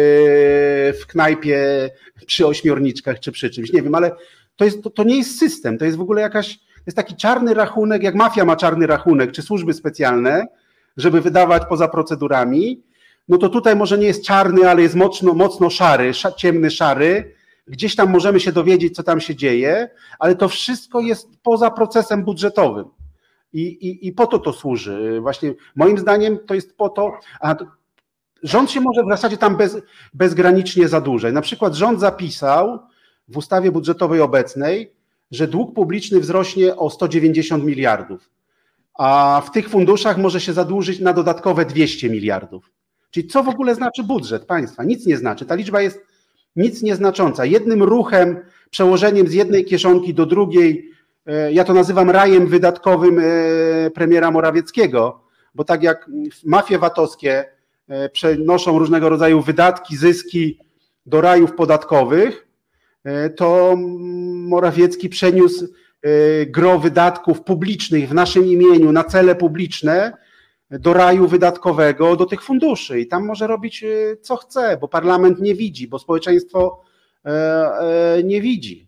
[SPEAKER 2] w knajpie przy ośmiorniczkach czy przy czymś, nie wiem, ale to, jest, to, to nie jest system, to jest w ogóle jakaś, to jest taki czarny rachunek, jak mafia ma czarny rachunek, czy służby specjalne, żeby wydawać poza procedurami. No to tutaj może nie jest czarny, ale jest mocno, mocno szary, ciemny szary, gdzieś tam możemy się dowiedzieć, co tam się dzieje, ale to wszystko jest poza procesem budżetowym. I, i, i po to to służy. Właśnie moim zdaniem to jest po to, a rząd się może w zasadzie tam bez, bezgranicznie zadłużać. Na przykład rząd zapisał w ustawie budżetowej obecnej, że dług publiczny wzrośnie o sto dziewięćdziesiąt miliardów, a w tych funduszach może się zadłużyć na dodatkowe dwieście miliardów. Czyli co w ogóle znaczy budżet państwa? Nic nie znaczy. Ta liczba jest nic nieznacząca. Jednym ruchem, przełożeniem z jednej kieszonki do drugiej, ja to nazywam rajem wydatkowym premiera Morawieckiego, bo tak jak mafie VAT-owskie przenoszą różnego rodzaju wydatki, zyski do rajów podatkowych, to Morawiecki przeniósł gro wydatków publicznych w naszym imieniu na cele publiczne do raju wydatkowego, do tych funduszy i tam może robić co chce, bo parlament nie widzi, bo społeczeństwo nie widzi.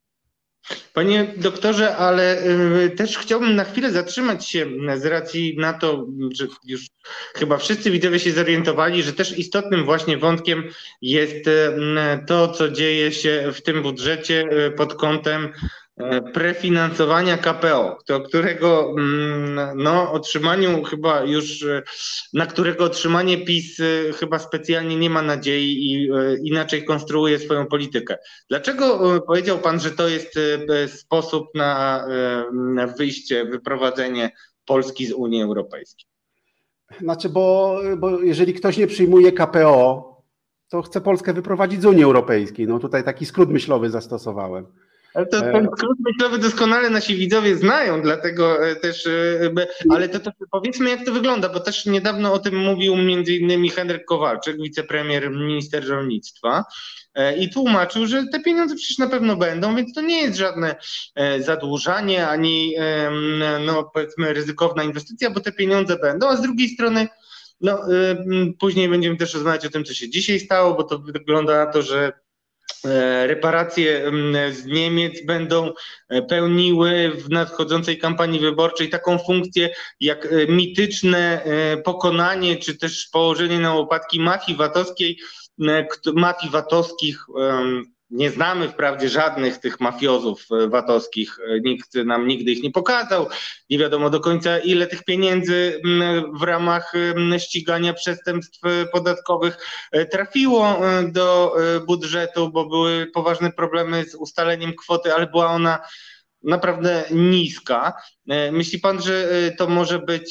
[SPEAKER 1] Panie doktorze, ale też chciałbym na chwilę zatrzymać się z racji na to, że już chyba wszyscy widzowie się zorientowali, że też istotnym właśnie wątkiem jest to, co dzieje się w tym budżecie pod kątem prefinansowania K P O, do którego no, otrzymaniu chyba już, na którego otrzymanie PiS chyba specjalnie nie ma nadziei i inaczej konstruuje swoją politykę. Dlaczego powiedział pan, że to jest sposób na wyjście, wyprowadzenie Polski z Unii Europejskiej?
[SPEAKER 2] Znaczy, bo, bo jeżeli ktoś nie przyjmuje K P O, to chce Polskę wyprowadzić z Unii Europejskiej. No tutaj taki skrót myślowy zastosowałem.
[SPEAKER 1] Ale to ten skrót myślowy doskonale nasi widzowie znają, dlatego też, ale to, to powiedzmy, jak to wygląda, bo też niedawno o tym mówił między innymi Henryk Kowalczyk, wicepremier, minister rolnictwa, i tłumaczył, że te pieniądze przecież na pewno będą, więc to nie jest żadne zadłużanie ani, no powiedzmy, ryzykowna inwestycja, bo te pieniądze będą, a z drugiej strony no, później będziemy też rozmawiać o tym, co się dzisiaj stało, bo to wygląda na to, że reparacje z Niemiec będą pełniły w nadchodzącej kampanii wyborczej taką funkcję jak mityczne pokonanie czy też położenie na łopatki mafii VAT-owskiej, mafii VAT-owskich. Nie znamy wprawdzie żadnych tych mafiozów VAT-owskich, nikt nam nigdy ich nie pokazał, nie wiadomo do końca ile tych pieniędzy w ramach ścigania przestępstw podatkowych trafiło do budżetu, bo były poważne problemy z ustaleniem kwoty, ale była ona naprawdę niska. Myśli pan, że to może być,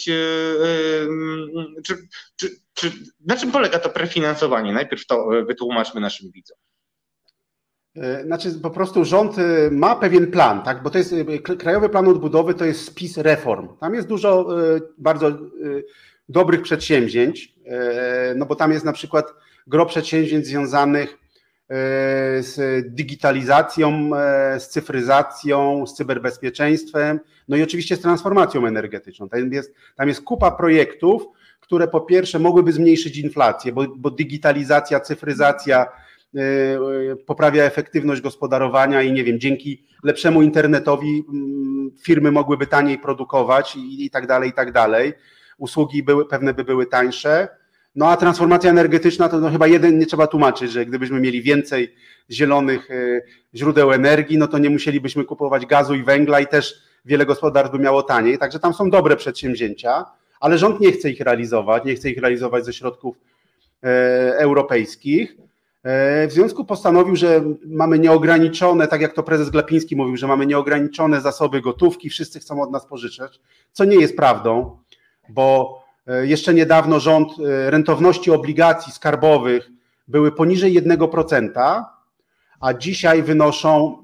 [SPEAKER 1] czy, czy, czy, na czym polega to prefinansowanie? Najpierw to wytłumaczmy naszym widzom.
[SPEAKER 2] Znaczy po prostu rząd ma pewien plan, tak? Bo to jest Krajowy Plan Odbudowy, to jest spis reform. Tam jest dużo bardzo dobrych przedsięwzięć, no bo tam jest na przykład gro przedsięwzięć związanych z digitalizacją, z cyfryzacją, z cyberbezpieczeństwem, no i oczywiście z transformacją energetyczną. Tam jest, tam jest kupa projektów, które po pierwsze mogłyby zmniejszyć inflację, bo, bo digitalizacja, cyfryzacja poprawia efektywność gospodarowania i nie wiem, dzięki lepszemu internetowi firmy mogłyby taniej produkować i, i tak dalej, i tak dalej. Usługi były, pewne by były tańsze. No a transformacja energetyczna to no chyba jeden nie trzeba tłumaczyć, że gdybyśmy mieli więcej zielonych źródeł energii, no to nie musielibyśmy kupować gazu i węgla i też wiele gospodarstw by miało taniej. Także tam są dobre przedsięwzięcia, ale rząd nie chce ich realizować, nie chce ich realizować ze środków europejskich. W związku postanowił, że mamy nieograniczone, tak jak to prezes Glapiński mówił, że mamy nieograniczone zasoby gotówki, wszyscy chcą od nas pożyczać, co nie jest prawdą, bo jeszcze niedawno rząd rentowności obligacji skarbowych były poniżej jednego procenta, a dzisiaj wynoszą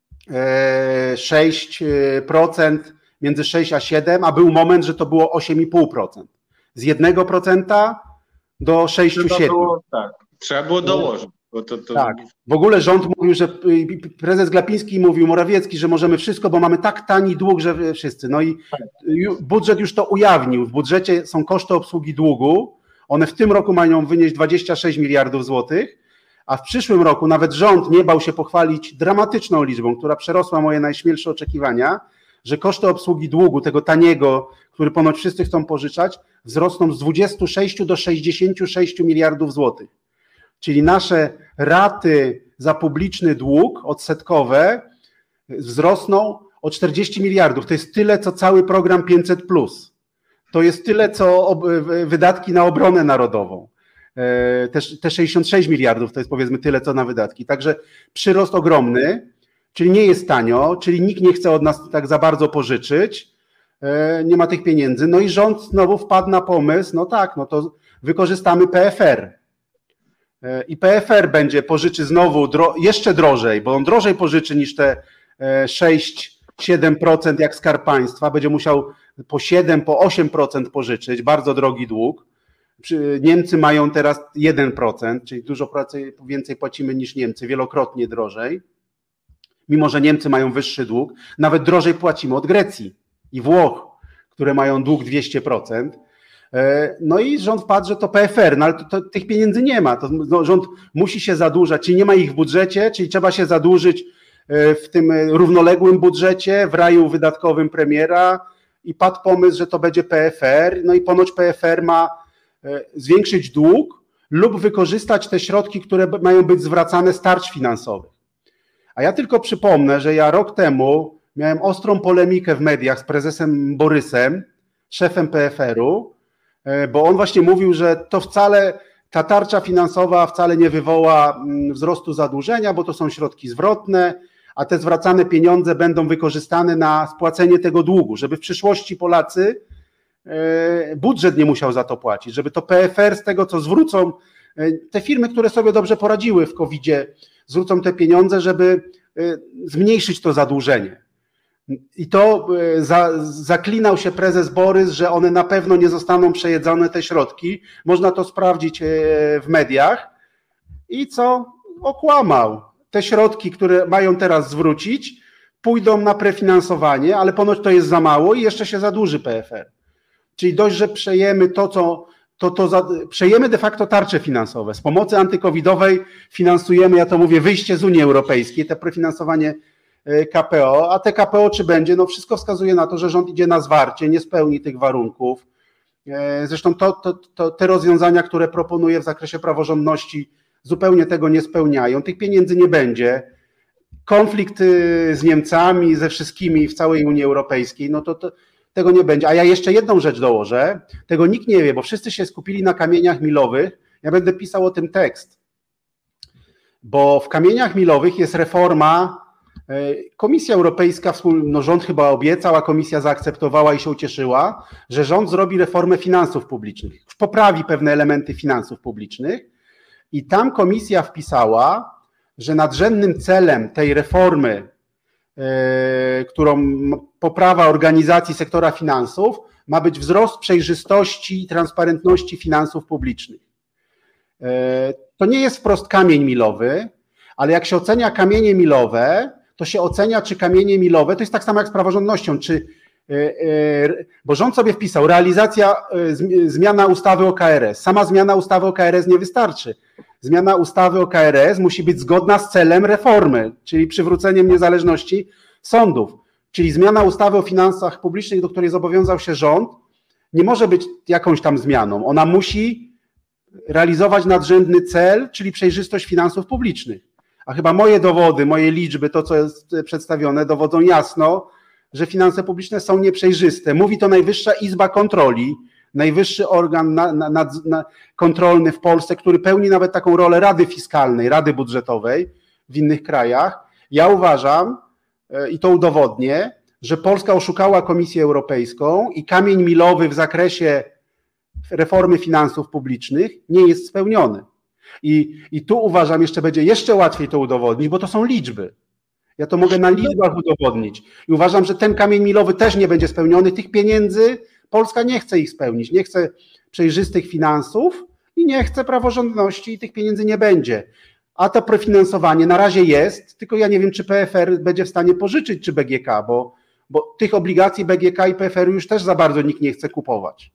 [SPEAKER 2] sześć procent, między sześć a siedem, a był moment, że to było osiem i pół procent. Z jednego procenta do sześć przecinek siedem.
[SPEAKER 1] Tak. Trzeba było dołożyć. Bo to, to...
[SPEAKER 2] Tak, w ogóle rząd mówił, że prezes Glapiński mówił, Morawiecki, że możemy wszystko, bo mamy tak tani dług, że wszyscy. No i budżet już to ujawnił. W budżecie są koszty obsługi długu. One w tym roku mają wynieść dwadzieścia sześć miliardów złotych, a w przyszłym roku nawet rząd nie bał się pochwalić dramatyczną liczbą, która przerosła moje najśmielsze oczekiwania, że koszty obsługi długu, tego taniego, który ponoć wszyscy chcą pożyczać, wzrosną z dwudziestu sześciu do sześćdziesięciu sześciu miliardów złotych. Czyli nasze raty za publiczny dług odsetkowe wzrosną o czterdzieści miliardów. To jest tyle, co cały program pięćset plus. To jest tyle, co wydatki na obronę narodową. Te, te sześćdziesiąt sześć miliardów to jest powiedzmy tyle, co na wydatki. Także przyrost ogromny, czyli nie jest tanio, czyli nikt nie chce od nas tak za bardzo pożyczyć. Nie ma tych pieniędzy. No i rząd znowu wpadł na pomysł, no tak, no to wykorzystamy P F R. I P F R będzie pożyczy znowu dro, jeszcze drożej, bo on drożej pożyczy niż te sześć siedem procent jak Skarb Państwa, będzie musiał po siedem po osiem procent pożyczyć, bardzo drogi dług. Niemcy mają teraz jeden procent, czyli dużo więcej płacimy niż Niemcy, wielokrotnie drożej, mimo że Niemcy mają wyższy dług, nawet drożej płacimy od Grecji i Włoch, które mają dług dwieście procent. No i rząd wpadł, że to P F R, no ale to, to, tych pieniędzy nie ma, to, no, rząd musi się zadłużać, czyli nie ma ich w budżecie, czyli trzeba się zadłużyć w tym równoległym budżecie, w raju wydatkowym premiera i padł pomysł, że to będzie P F R, no i ponoć P F R ma zwiększyć dług lub wykorzystać te środki, które mają być zwracane z tarcz finansowych. A ja tylko przypomnę, że ja rok temu miałem ostrą polemikę w mediach z prezesem Borysem, szefem P F R-u, bo on właśnie mówił, że to wcale, ta tarcza finansowa wcale nie wywoła wzrostu zadłużenia, bo to są środki zwrotne, a te zwracane pieniądze będą wykorzystane na spłacenie tego długu, żeby w przyszłości Polacy budżet nie musiał za to płacić, żeby to P F R z tego, co zwrócą, te firmy, które sobie dobrze poradziły w kowidzie, zwrócą te pieniądze, żeby zmniejszyć to zadłużenie. I to za, zaklinał się prezes Borys, że one na pewno nie zostaną przejedzone, te środki. Można to sprawdzić w mediach. I co? Okłamał. Te środki, które mają teraz zwrócić, pójdą na prefinansowanie, ale ponoć to jest za mało i jeszcze się zadłuży P F R. Czyli dość, że przejemy to, co to, to za, przejemy de facto tarcze finansowe. Z pomocy antykowidowej finansujemy, ja to mówię, wyjście z Unii Europejskiej, te prefinansowanie K P O, a te K P O czy będzie, no wszystko wskazuje na to, że rząd idzie na zwarcie, nie spełni tych warunków. Zresztą to, to, to, te rozwiązania, które proponuje w zakresie praworządności, zupełnie tego nie spełniają. Tych pieniędzy nie będzie. Konflikt z Niemcami, ze wszystkimi w całej Unii Europejskiej, no to, to tego nie będzie. A ja jeszcze jedną rzecz dołożę, tego nikt nie wie, bo wszyscy się skupili na kamieniach milowych. Ja będę pisał o tym tekst, bo w kamieniach milowych jest reforma. Komisja Europejska, no rząd chyba obiecał, a komisja zaakceptowała i się ucieszyła, że rząd zrobi reformę finansów publicznych, poprawi pewne elementy finansów publicznych i tam komisja wpisała, że nadrzędnym celem tej reformy, którą poprawa organizacji sektora finansów, ma być wzrost przejrzystości i transparentności finansów publicznych. To nie jest wprost kamień milowy, ale jak się ocenia kamienie milowe, to się ocenia, czy kamienie milowe, to jest tak samo jak z praworządnością, czy, bo rząd sobie wpisał, realizacja, zmiana ustawy o K R S. Sama zmiana ustawy o K R S nie wystarczy. Zmiana ustawy o K R S musi być zgodna z celem reformy, czyli przywróceniem niezależności sądów. Czyli zmiana ustawy o finansach publicznych, do której zobowiązał się rząd, nie może być jakąś tam zmianą. Ona musi realizować nadrzędny cel, czyli przejrzystość finansów publicznych. A chyba moje dowody, moje liczby, to co jest przedstawione, dowodzą jasno, że finanse publiczne są nieprzejrzyste. Mówi to Najwyższa Izba Kontroli, najwyższy organ na, na, na, na kontrolny w Polsce, który pełni nawet taką rolę Rady Fiskalnej, Rady Budżetowej w innych krajach. Ja uważam, i to udowodnię, że Polska oszukała Komisję Europejską i kamień milowy w zakresie reformy finansów publicznych nie jest spełniony. I, I tu uważam, jeszcze będzie jeszcze łatwiej to udowodnić, bo to są liczby. Ja to mogę na liczbach udowodnić. I uważam, że ten kamień milowy też nie będzie spełniony. Tych pieniędzy Polska nie chce ich spełnić. Nie chce przejrzystych finansów i nie chce praworządności i tych pieniędzy nie będzie. A to prefinansowanie na razie jest, tylko ja nie wiem, czy P F R będzie w stanie pożyczyć, czy B G K, bo, bo tych obligacji B G K i P F R-u już też za bardzo nikt nie chce kupować.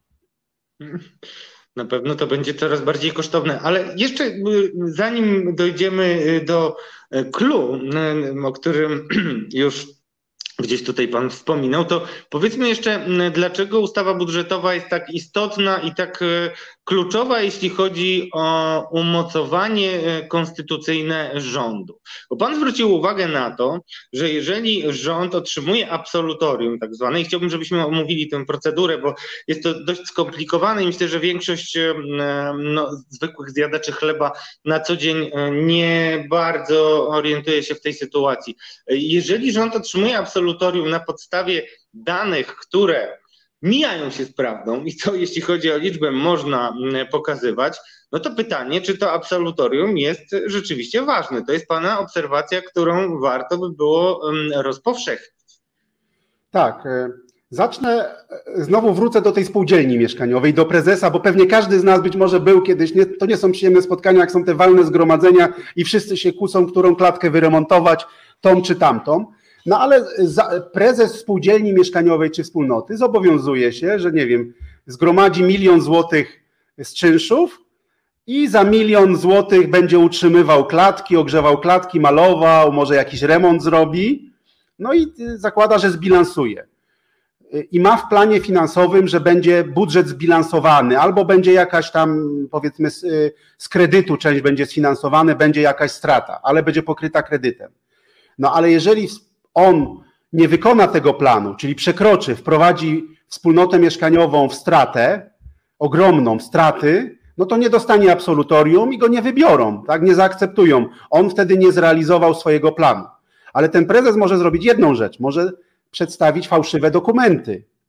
[SPEAKER 1] Na pewno to będzie coraz bardziej kosztowne, ale jeszcze zanim dojdziemy do clou, o którym już gdzieś tutaj Pan wspominał, to powiedzmy jeszcze, dlaczego ustawa budżetowa jest tak istotna i tak kluczowa, jeśli chodzi o umocowanie konstytucyjne rządu. Bo Pan zwrócił uwagę na to, że jeżeli rząd otrzymuje absolutorium tak zwane, i chciałbym, żebyśmy omówili tę procedurę, bo jest to dość skomplikowane i myślę, że większość no, zwykłych zjadaczy chleba na co dzień nie bardzo orientuje się w tej sytuacji. Jeżeli rząd otrzymuje absolutorium na podstawie danych, które mijają się z prawdą i to jeśli chodzi o liczbę można pokazywać, no to pytanie, czy to absolutorium jest rzeczywiście ważne. To jest Pana obserwacja, którą warto by było rozpowszechnić.
[SPEAKER 2] Tak. Zacznę, znowu wrócę do tej spółdzielni mieszkaniowej, do prezesa, bo pewnie każdy z nas być może był kiedyś, nie, to nie są przyjemne spotkania, jak są te walne zgromadzenia i wszyscy się kłócą, którą klatkę wyremontować, tą czy tamtą. No ale za, prezes spółdzielni mieszkaniowej czy wspólnoty zobowiązuje się, że nie wiem, zgromadzi milion złotych z czynszów i za milion złotych będzie utrzymywał klatki, ogrzewał klatki, malował, może jakiś remont zrobi, no i zakłada, że zbilansuje. I ma w planie finansowym, że będzie budżet zbilansowany, albo będzie jakaś tam, powiedzmy, z kredytu część będzie sfinansowana, będzie jakaś strata, ale będzie pokryta kredytem. No ale jeżeli on nie wykona tego planu, czyli przekroczy, wprowadzi wspólnotę mieszkaniową w stratę, ogromną straty, no to nie dostanie absolutorium i go nie wybiorą, tak, nie zaakceptują. On wtedy nie zrealizował swojego planu. Ale ten prezes może zrobić jedną rzecz, może przedstawić fałszywe dokumenty.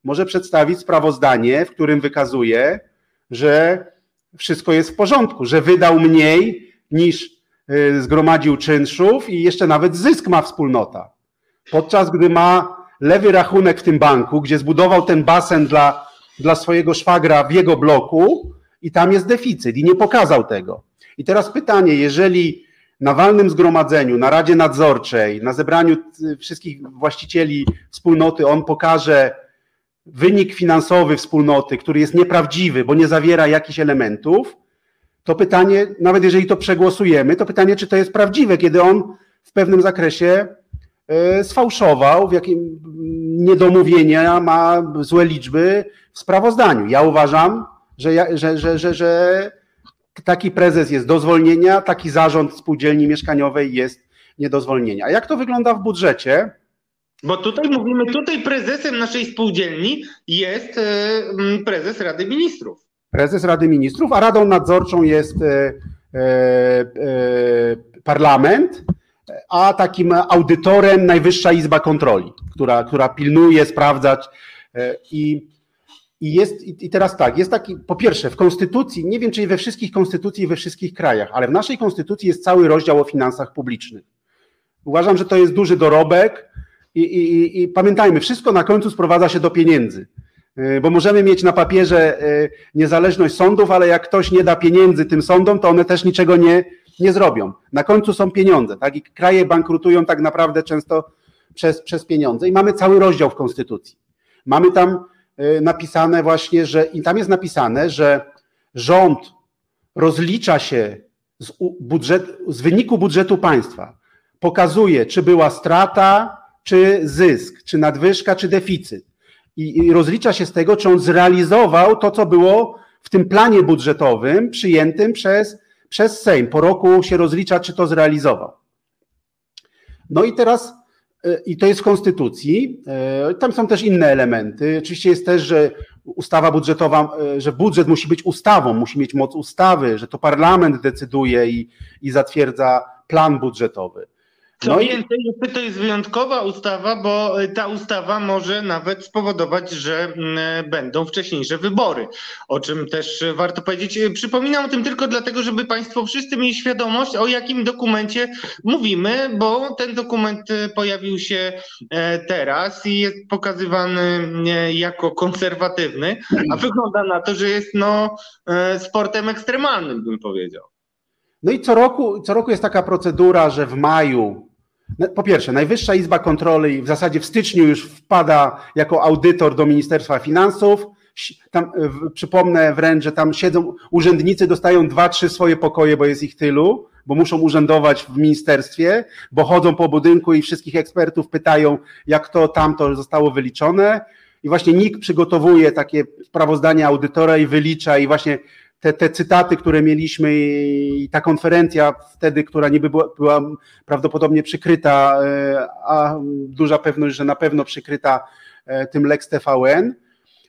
[SPEAKER 2] może przedstawić sprawozdanie, w którym wykazuje, że wszystko jest w porządku, że wydał mniej niż zgromadził czynszów i jeszcze nawet zysk ma wspólnota. Podczas gdy ma lewy rachunek w tym banku, gdzie zbudował ten basen dla, dla swojego szwagra w jego bloku i tam jest deficyt i nie pokazał tego. I teraz pytanie, jeżeli na walnym zgromadzeniu, na Radzie Nadzorczej, na zebraniu wszystkich właścicieli wspólnoty on pokaże wynik finansowy wspólnoty, który jest nieprawdziwy, bo nie zawiera jakichś elementów, to pytanie, nawet jeżeli to przegłosujemy, to pytanie, czy to jest prawdziwe, kiedy on w pewnym zakresie sfałszował, w jakim niedomówienia ma złe liczby w sprawozdaniu. Ja uważam, że, że, że, że, że taki prezes jest do zwolnienia, taki zarząd spółdzielni mieszkaniowej jest nie do zwolnienia. A jak to wygląda w budżecie?
[SPEAKER 1] Bo tutaj mówimy, tutaj prezesem naszej spółdzielni jest prezes Rady Ministrów.
[SPEAKER 2] Prezes Rady Ministrów, a Radą Nadzorczą jest e, e, e, parlament, a takim audytorem Najwyższa Izba Kontroli, która, która pilnuje, sprawdzać e, i, i jest, i teraz tak, jest taki, po pierwsze w konstytucji, nie wiem czy we wszystkich konstytucjach, we wszystkich krajach, ale w naszej konstytucji jest cały rozdział o finansach publicznych. Uważam, że to jest duży dorobek i, i, i pamiętajmy, wszystko na końcu sprowadza się do pieniędzy. Bo możemy mieć na papierze niezależność sądów, ale jak ktoś nie da pieniędzy tym sądom, to one też niczego nie, nie zrobią. Na końcu są pieniądze, tak? I kraje bankrutują tak naprawdę często przez, przez pieniądze. I mamy cały rozdział w Konstytucji. Mamy tam napisane właśnie, że i tam jest napisane, że rząd rozlicza się z, budżet, z wyniku budżetu państwa. Pokazuje, czy była strata, czy zysk, czy nadwyżka, czy deficyt. I rozlicza się z tego, czy on zrealizował to, co było w tym planie budżetowym przyjętym przez, przez Sejm. Po roku się rozlicza, czy to zrealizował. No i teraz, i to jest w Konstytucji, tam są też inne elementy. Oczywiście jest też, że ustawa budżetowa, że budżet musi być ustawą, musi mieć moc ustawy, że to parlament decyduje i, i zatwierdza plan budżetowy.
[SPEAKER 1] Co no więcej, i... to jest wyjątkowa ustawa, bo ta ustawa może nawet spowodować, że będą wcześniejsze wybory, o czym też warto powiedzieć. Przypominam o tym tylko dlatego, żeby Państwo wszyscy mieli świadomość, o jakim dokumencie mówimy, bo ten dokument pojawił się teraz i jest pokazywany jako konserwatywny, a wygląda na to, że jest no, sportem ekstremalnym, bym powiedział.
[SPEAKER 2] No i co roku, co roku jest taka procedura, że w maju, po pierwsze, Najwyższa Izba Kontroli w zasadzie w styczniu już wpada jako audytor do Ministerstwa Finansów. Tam, przypomnę wręcz, że tam siedzą, urzędnicy dostają dwa, trzy swoje pokoje, bo jest ich tylu, bo muszą urzędować w ministerstwie, bo chodzą po budynku i wszystkich ekspertów pytają, jak to tamto zostało wyliczone. I właśnie N I K przygotowuje takie sprawozdanie audytora i wylicza i właśnie Te, te cytaty, które mieliśmy i ta konferencja wtedy, która niby była, była prawdopodobnie przykryta, a duża pewność, że na pewno przykryta tym Lex T V N,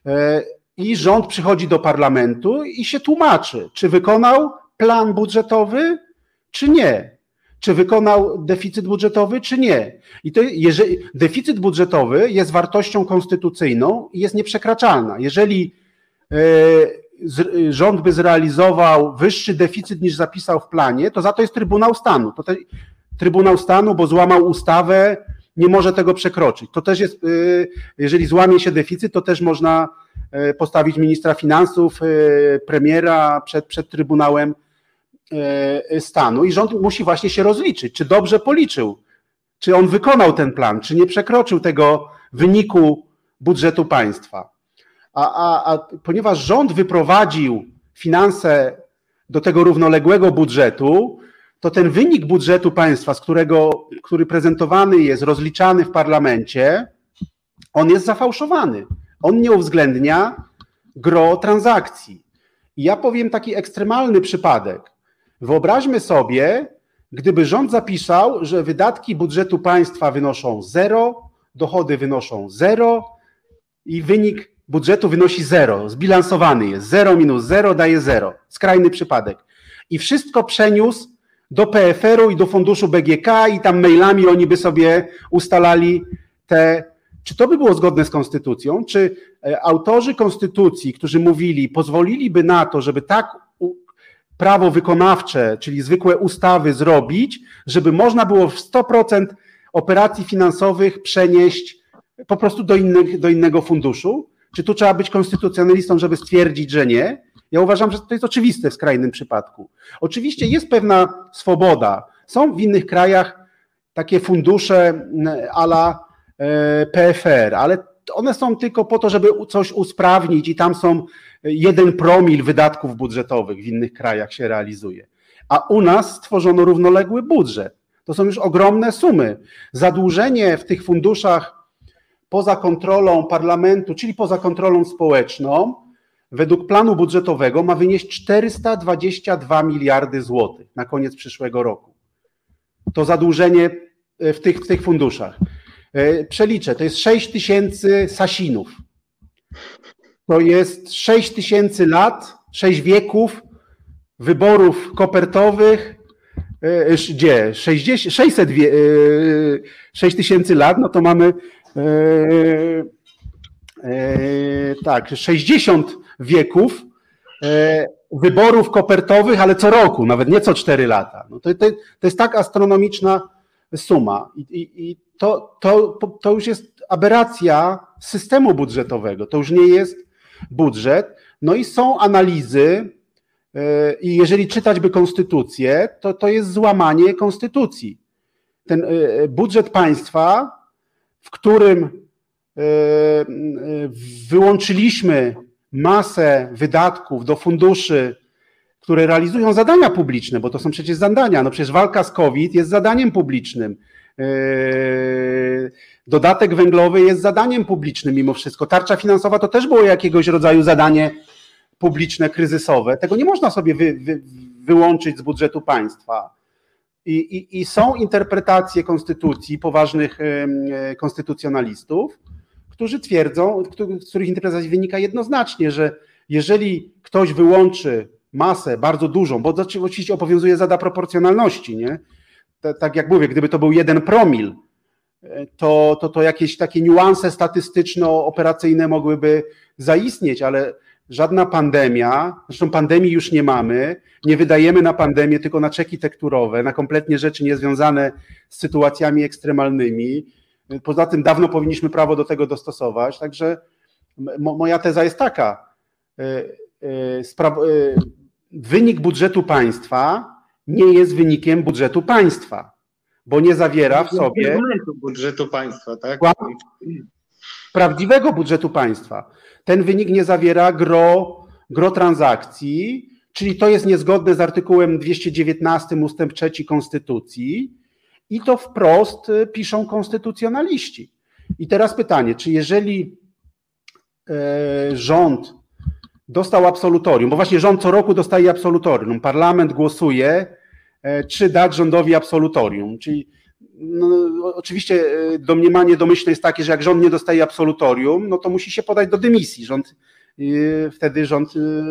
[SPEAKER 2] i rząd przychodzi do parlamentu i się tłumaczy, czy wykonał plan budżetowy, czy nie. Czy wykonał deficyt budżetowy, czy nie. I to jeżeli deficyt budżetowy jest wartością konstytucyjną i jest nieprzekraczalna. Jeżeli rząd by zrealizował wyższy deficyt niż zapisał w planie, to za to jest Trybunał Stanu. To te, Trybunał Stanu, bo złamał ustawę, nie może tego przekroczyć. To też jest, jeżeli złamie się deficyt, to też można postawić ministra finansów, premiera przed, przed Trybunałem Stanu i rząd musi właśnie się rozliczyć, czy dobrze policzył, czy on wykonał ten plan, czy nie przekroczył tego wyniku budżetu państwa. A, a, a ponieważ rząd wyprowadził finanse do tego równoległego budżetu, to ten wynik budżetu państwa, z którego, który prezentowany jest, rozliczany w parlamencie, on jest zafałszowany. On nie uwzględnia gros transakcji. I ja powiem taki ekstremalny przypadek. Wyobraźmy sobie, gdyby rząd zapisał, że wydatki budżetu państwa wynoszą zero, dochody wynoszą zero i wynik budżetu wynosi zero, zbilansowany jest, zero minus zero daje zero, skrajny przypadek. I wszystko przeniósł do P F R u i do funduszu B G K i tam mailami oni by sobie ustalali te, Czy to by było zgodne z konstytucją? Czy autorzy konstytucji, którzy mówili, pozwoliliby na to, żeby tak prawo wykonawcze, czyli zwykłe ustawy zrobić, żeby można było w sto procent operacji finansowych przenieść po prostu do, innych, do innego funduszu? Czy tu trzeba być konstytucjonalistą, żeby stwierdzić, że nie? Ja uważam, że to jest oczywiste w skrajnym przypadku. Oczywiście jest pewna swoboda. Są w innych krajach takie fundusze a la P F R, ale one są tylko po to, żeby coś usprawnić i tam są jeden promil wydatków budżetowych, w innych krajach się realizuje. A u nas stworzono równoległy budżet. To są już ogromne sumy. Zadłużenie w tych funduszach poza kontrolą parlamentu, czyli poza kontrolą społeczną, według planu budżetowego ma wynieść czterysta dwadzieścia dwa miliardy złotych na koniec przyszłego roku. To zadłużenie w tych, w tych funduszach. Przeliczę, to jest sześć tysięcy Sasinów. To jest sześć tysięcy lat, sześć wieków wyborów kopertowych, gdzie? sześćdziesiąt, sześćset, sześć tysięcy lat, no to mamy tak, sześćdziesiąt wieków wyborów kopertowych, ale co roku, nawet nie co cztery lata. No to, to, to jest tak astronomiczna suma i, i, i to, to, to już jest aberracja systemu budżetowego, to już nie jest budżet. No i są analizy i jeżeli czytać by konstytucję, to to jest złamanie konstytucji. Ten budżet państwa, w którym wyłączyliśmy masę wydatków do funduszy, które realizują zadania publiczne, bo to są przecież zadania, no przecież walka z COVID jest zadaniem publicznym. Dodatek węglowy jest zadaniem publicznym mimo wszystko. Tarcza finansowa to też było jakiegoś rodzaju zadanie publiczne, kryzysowe. Tego nie można sobie wy, wy, wyłączyć z budżetu państwa. I, i, I są interpretacje konstytucji poważnych konstytucjonalistów, którzy twierdzą, z których interpretacji wynika jednoznacznie, że jeżeli ktoś wyłączy masę bardzo dużą, bo oczywiście obowiązuje zasada proporcjonalności, nie? Tak jak mówię, gdyby to był jeden promil, to, to, to jakieś takie niuanse statystyczno-operacyjne mogłyby zaistnieć, ale żadna pandemia, zresztą pandemii już nie mamy, nie wydajemy na pandemię, tylko na czeki tekturowe, na kompletnie rzeczy niezwiązane z sytuacjami ekstremalnymi. Poza tym dawno powinniśmy prawo do tego dostosować, także moja teza jest taka, wynik budżetu państwa nie jest wynikiem budżetu państwa, bo nie zawiera w sobie
[SPEAKER 1] budżetu państwa, tak?
[SPEAKER 2] Prawdziwego budżetu państwa. Ten wynik nie zawiera gro, gro transakcji, czyli to jest niezgodne z artykułem dwieście dziewiętnastym ustęp trzeci Konstytucji i to wprost piszą konstytucjonaliści. I teraz pytanie, czy jeżeli rząd dostał absolutorium, bo właśnie rząd co roku dostaje absolutorium, parlament głosuje, czy dać rządowi absolutorium, czyli no, oczywiście domniemanie domyślne jest takie, że jak rząd nie dostaje absolutorium, no to musi się podać do dymisji. Rząd, wtedy rząd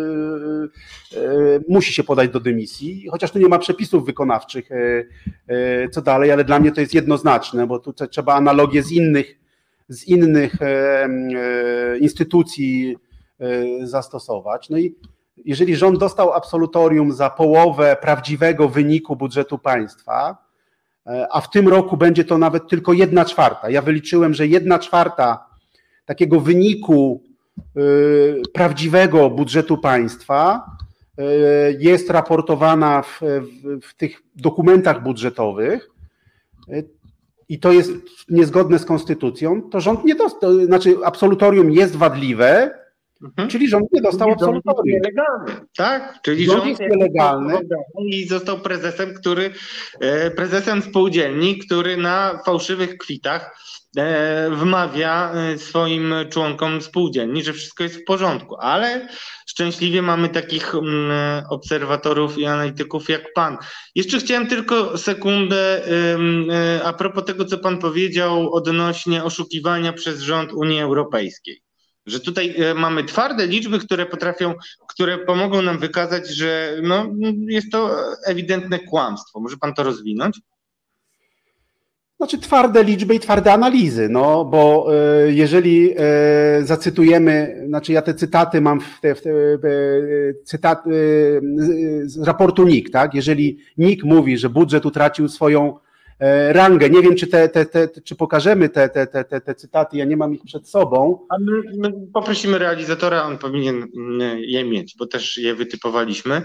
[SPEAKER 2] musi się podać do dymisji, chociaż tu nie ma przepisów wykonawczych, co dalej, ale dla mnie to jest jednoznaczne, bo tu trzeba analogię z innych, z innych instytucji zastosować. No i jeżeli rząd dostał absolutorium za połowę prawdziwego wyniku budżetu państwa, a w tym roku będzie to nawet tylko jedna czwarta. Ja wyliczyłem, że jedna czwarta takiego wyniku prawdziwego budżetu państwa jest raportowana w, w, w tych dokumentach budżetowych i to jest niezgodne z konstytucją, to rząd nie dostał, znaczy absolutorium jest wadliwe, mhm. Czyli rząd nie dostał absolutorium.
[SPEAKER 1] Jest nielegalny, tak? Czyli rząd, rząd jest nielegalny i został prezesem, który prezesem spółdzielni, który na fałszywych kwitach wmawia swoim członkom spółdzielni, że wszystko jest w porządku, ale szczęśliwie mamy takich obserwatorów i analityków jak pan. Jeszcze chciałem tylko sekundę a propos tego, co pan powiedział odnośnie oszukiwania przez rząd Unii Europejskiej. Że tutaj mamy twarde liczby, które potrafią, które pomogą nam wykazać, że no, jest to ewidentne kłamstwo. Może pan to rozwinąć?
[SPEAKER 2] Znaczy twarde liczby i twarde analizy, no bo y, jeżeli y, zacytujemy, znaczy ja te cytaty mam w te, w te y, cytat, y, z raportu N I K, tak? Jeżeli N I K mówi, że budżet utracił swoją y, rangę, nie wiem czy, te, te, te, czy pokażemy te, te, te, te, te cytaty, ja nie mam ich przed sobą.
[SPEAKER 1] A my, my poprosimy realizatora, on powinien je mieć, bo też je wytypowaliśmy.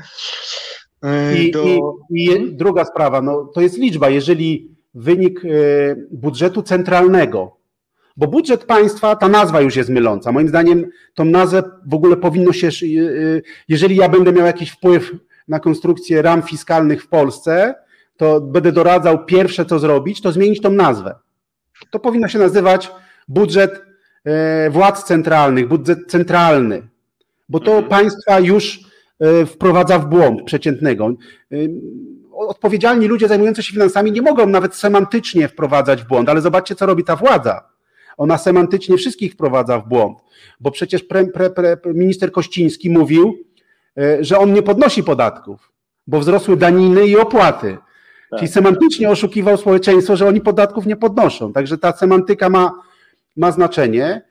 [SPEAKER 1] Y,
[SPEAKER 2] I,
[SPEAKER 1] do...
[SPEAKER 2] i, I druga sprawa, no to jest liczba, jeżeli wynik budżetu centralnego, bo budżet państwa, ta nazwa już jest myląca. Moim zdaniem tą nazwę w ogóle powinno się, jeżeli ja będę miał jakiś wpływ na konstrukcję ram fiskalnych w Polsce, to będę doradzał pierwsze co zrobić, to zmienić tą nazwę. To powinno się nazywać budżet władz centralnych, budżet centralny, bo to mhm. państwa już wprowadza w błąd przeciętnego. Odpowiedzialni ludzie zajmujący się finansami nie mogą nawet semantycznie wprowadzać w błąd, ale zobaczcie, co robi ta władza. Ona semantycznie wszystkich wprowadza w błąd, bo przecież pre, pre, pre, minister Kościński mówił, że on nie podnosi podatków, bo wzrosły daniny i opłaty. Tak. Czyli semantycznie oszukiwał społeczeństwo, że oni podatków nie podnoszą. Także ta semantyka ma, ma znaczenie.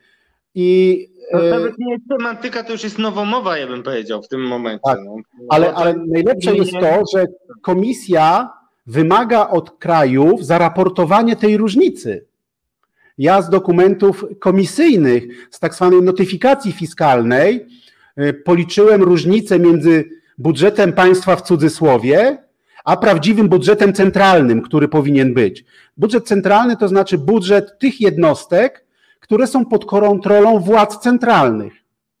[SPEAKER 2] I
[SPEAKER 1] to nawet nie jest semantyka, to już jest nowomowa, ja bym powiedział w tym momencie.
[SPEAKER 2] Tak,
[SPEAKER 1] no.
[SPEAKER 2] ale, ale najlepsze jest to, że komisja wymaga od krajów zaraportowanie tej różnicy. Ja z dokumentów komisyjnych, z tak zwanej notyfikacji fiskalnej policzyłem różnicę między budżetem państwa w cudzysłowie, a prawdziwym budżetem centralnym, który powinien być. Budżet centralny to znaczy budżet tych jednostek, które są pod kontrolą władz centralnych.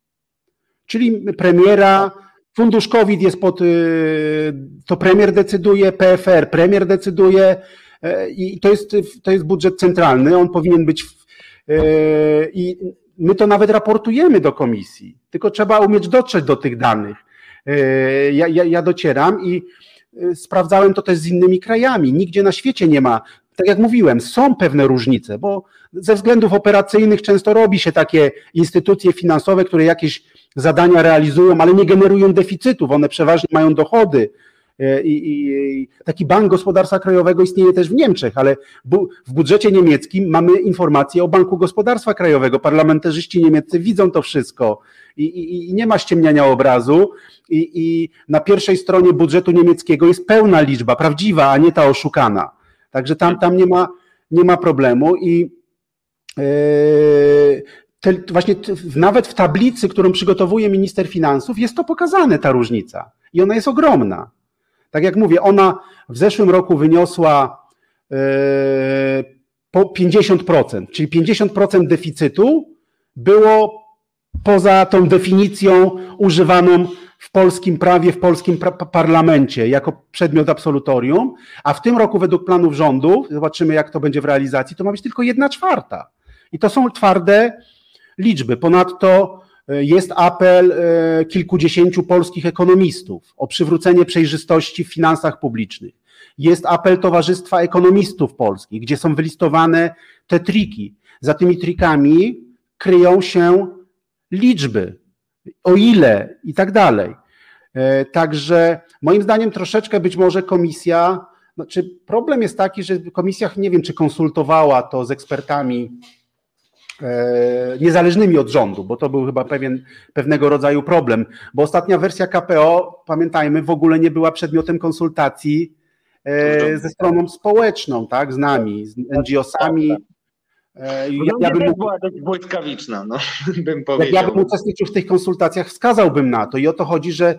[SPEAKER 2] Czyli premiera, fundusz COVID jest pod, to premier decyduje, P F R, premier decyduje i to jest, to jest budżet centralny, on powinien być i my to nawet raportujemy do komisji, tylko trzeba umieć dotrzeć do tych danych. Ja, ja, ja docieram i sprawdzałem to też z innymi krajami, nigdzie na świecie nie ma. Tak jak mówiłem, są pewne różnice, bo ze względów operacyjnych często robi się takie instytucje finansowe, które jakieś zadania realizują, ale nie generują deficytów, one przeważnie mają dochody. I, i, i taki Bank Gospodarstwa Krajowego istnieje też w Niemczech, ale bu, w budżecie niemieckim mamy informacje o Banku Gospodarstwa Krajowego. Parlamentarzyści niemieccy widzą to wszystko i, i, i nie ma ściemniania obrazu. I, I na pierwszej stronie budżetu niemieckiego jest pełna liczba, prawdziwa, a nie ta oszukana. Także tam, tam nie ma, nie ma problemu i yy, te, właśnie t, nawet w tablicy, którą przygotowuje minister finansów, jest to pokazane, ta różnica i ona jest ogromna. Tak jak mówię, ona w zeszłym roku wyniosła yy, po pięćdziesiąt procent, czyli pięćdziesiąt procent deficytu było poza tą definicją używaną w polskim prawie, w polskim pra- parlamencie jako przedmiot absolutorium, a w tym roku według planów rządu, zobaczymy jak to będzie w realizacji, to ma być tylko jedna czwarta. I to są twarde liczby. Ponadto jest apel kilkudziesięciu polskich ekonomistów o przywrócenie przejrzystości w finansach publicznych. Jest apel Towarzystwa Ekonomistów Polskich, gdzie są wylistowane te triki. Za tymi trikami kryją się liczby, o ile i tak dalej. Także moim zdaniem troszeczkę być może komisja, znaczy problem jest taki, że komisja nie wiem, czy konsultowała to z ekspertami niezależnymi od rządu, bo to był chyba pewien, pewnego rodzaju problem, bo ostatnia wersja K P O, pamiętajmy, w ogóle nie była przedmiotem konsultacji ze stroną społeczną, tak, z nami, z N G O sami.
[SPEAKER 1] Ja, ja bym, była dość błyskawiczna, no, bym powiedział.
[SPEAKER 2] Jak ja bym uczestniczył w tych konsultacjach, wskazałbym na to i o to chodzi, że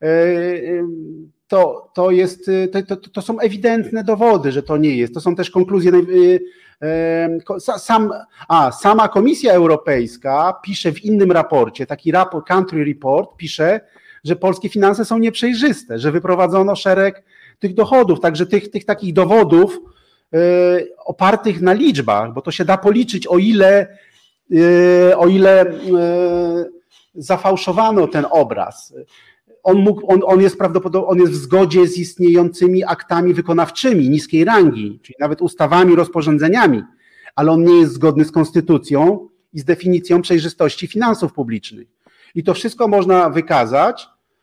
[SPEAKER 2] to, to, jest, to, to, to są ewidentne dowody, że to nie jest. To są też konkluzje. Sam, a, sama Komisja Europejska pisze w innym raporcie, taki raport, country report, pisze, że polskie finanse są nieprzejrzyste, że wyprowadzono szereg tych dochodów, także tych, tych takich dowodów opartych na liczbach, bo to się da policzyć, o ile, o ile zafałszowano ten obraz. On, mógł, on, on jest prawdopodobnie on jest w zgodzie z istniejącymi aktami wykonawczymi niskiej rangi, czyli nawet ustawami, rozporządzeniami, ale on nie jest zgodny z konstytucją i z definicją przejrzystości finansów publicznych. I to wszystko można wykazać,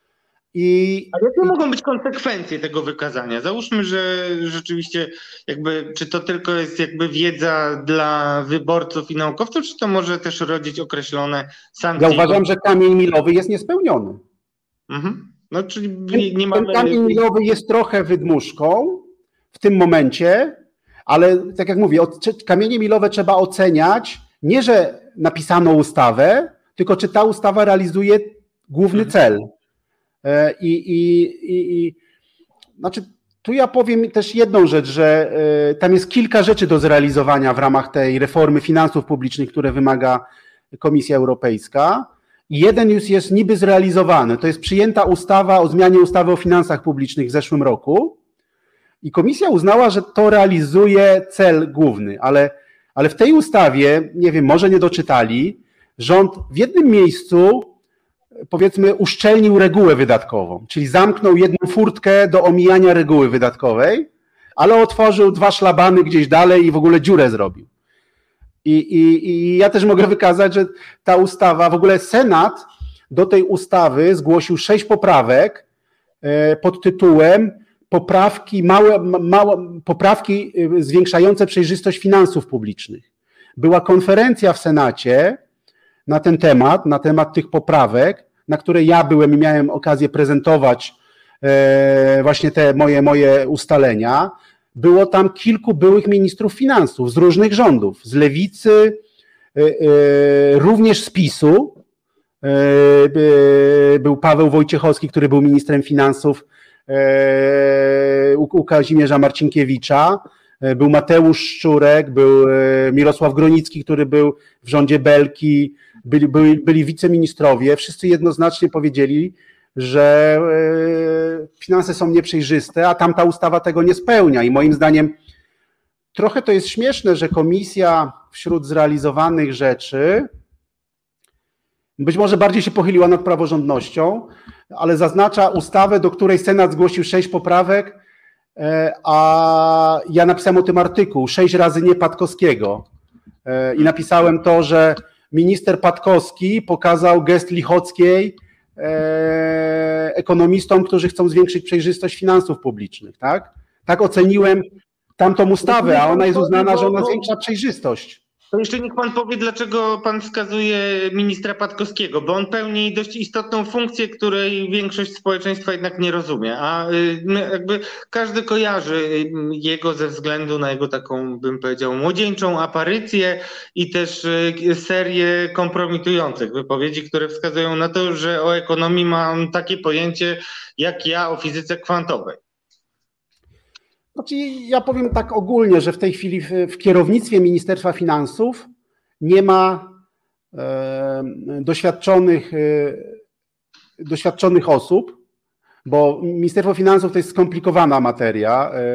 [SPEAKER 2] I,
[SPEAKER 1] A jakie
[SPEAKER 2] i
[SPEAKER 1] mogą być konsekwencje tego wykazania? Załóżmy, że rzeczywiście jakby, czy to tylko jest jakby wiedza dla wyborców i naukowców, czy to może też rodzić określone sankcje?
[SPEAKER 2] ja uważam, że kamień milowy jest niespełniony.
[SPEAKER 1] Mhm. No, czyli
[SPEAKER 2] Ten,
[SPEAKER 1] nie
[SPEAKER 2] ten
[SPEAKER 1] mamy...
[SPEAKER 2] kamień milowy jest trochę wydmuszką w tym momencie, ale tak jak mówię, kamienie milowe trzeba oceniać nie, że napisano ustawę, tylko czy ta ustawa realizuje główny
[SPEAKER 1] Mhm.
[SPEAKER 2] cel. I, i, i, i znaczy, tu ja powiem też jedną rzecz, że tam jest kilka rzeczy do zrealizowania w ramach tej reformy finansów publicznych, które wymaga Komisja Europejska. Jeden już jest niby zrealizowany, to jest przyjęta ustawa o zmianie ustawy o finansach publicznych w zeszłym roku i Komisja uznała, że to realizuje cel główny, ale, ale w tej ustawie, nie wiem, może nie doczytali, rząd w jednym miejscu powiedzmy uszczelnił regułę wydatkową, czyli zamknął jedną furtkę do omijania reguły wydatkowej, ale otworzył dwa szlabany gdzieś dalej i w ogóle dziurę zrobił. I, i, I ja też mogę wykazać, że ta ustawa, w ogóle Senat do tej ustawy zgłosił sześć poprawek pod tytułem poprawki, małe, małe, poprawki zwiększające przejrzystość finansów publicznych. Była konferencja w Senacie na ten temat, na temat tych poprawek, na której ja byłem i miałem okazję prezentować właśnie te moje, moje ustalenia. Było tam kilku byłych ministrów finansów z różnych rządów, z Lewicy, również z PiSu. Był Paweł Wojciechowski, który był ministrem finansów u Kazimierza Marcinkiewicza, był Mateusz Szczurek, był Mirosław Gronicki, który był w rządzie Belki, byli, byli, byli wiceministrowie, wszyscy jednoznacznie powiedzieli, że finanse są nieprzejrzyste, a tamta ustawa tego nie spełnia i moim zdaniem trochę to jest śmieszne, że komisja wśród zrealizowanych rzeczy być może bardziej się pochyliła nad praworządnością, ale zaznacza ustawę, do której Senat zgłosił sześć poprawek, a ja napisałem o tym artykuł, sześć razy nie Patkowskiego i napisałem to, że minister Patkowski pokazał gest Lichockiej ekonomistom, którzy chcą zwiększyć przejrzystość finansów publicznych, tak? Tak oceniłem tamtą ustawę, a ona jest uznana, że ona zwiększa przejrzystość.
[SPEAKER 1] To jeszcze niech pan powie, dlaczego pan wskazuje ministra Patkowskiego, bo on pełni dość istotną funkcję, której większość społeczeństwa jednak nie rozumie, a jakby każdy kojarzy jego ze względu na jego taką, bym powiedział, młodzieńczą aparycję i też serię kompromitujących wypowiedzi, które wskazują na to, że o ekonomii mam takie pojęcie jak ja o fizyce kwantowej.
[SPEAKER 2] Znaczy, ja powiem tak ogólnie, że w tej chwili w, w kierownictwie Ministerstwa Finansów nie ma e, doświadczonych, e, doświadczonych osób, bo Ministerstwo Finansów to jest skomplikowana materia. E,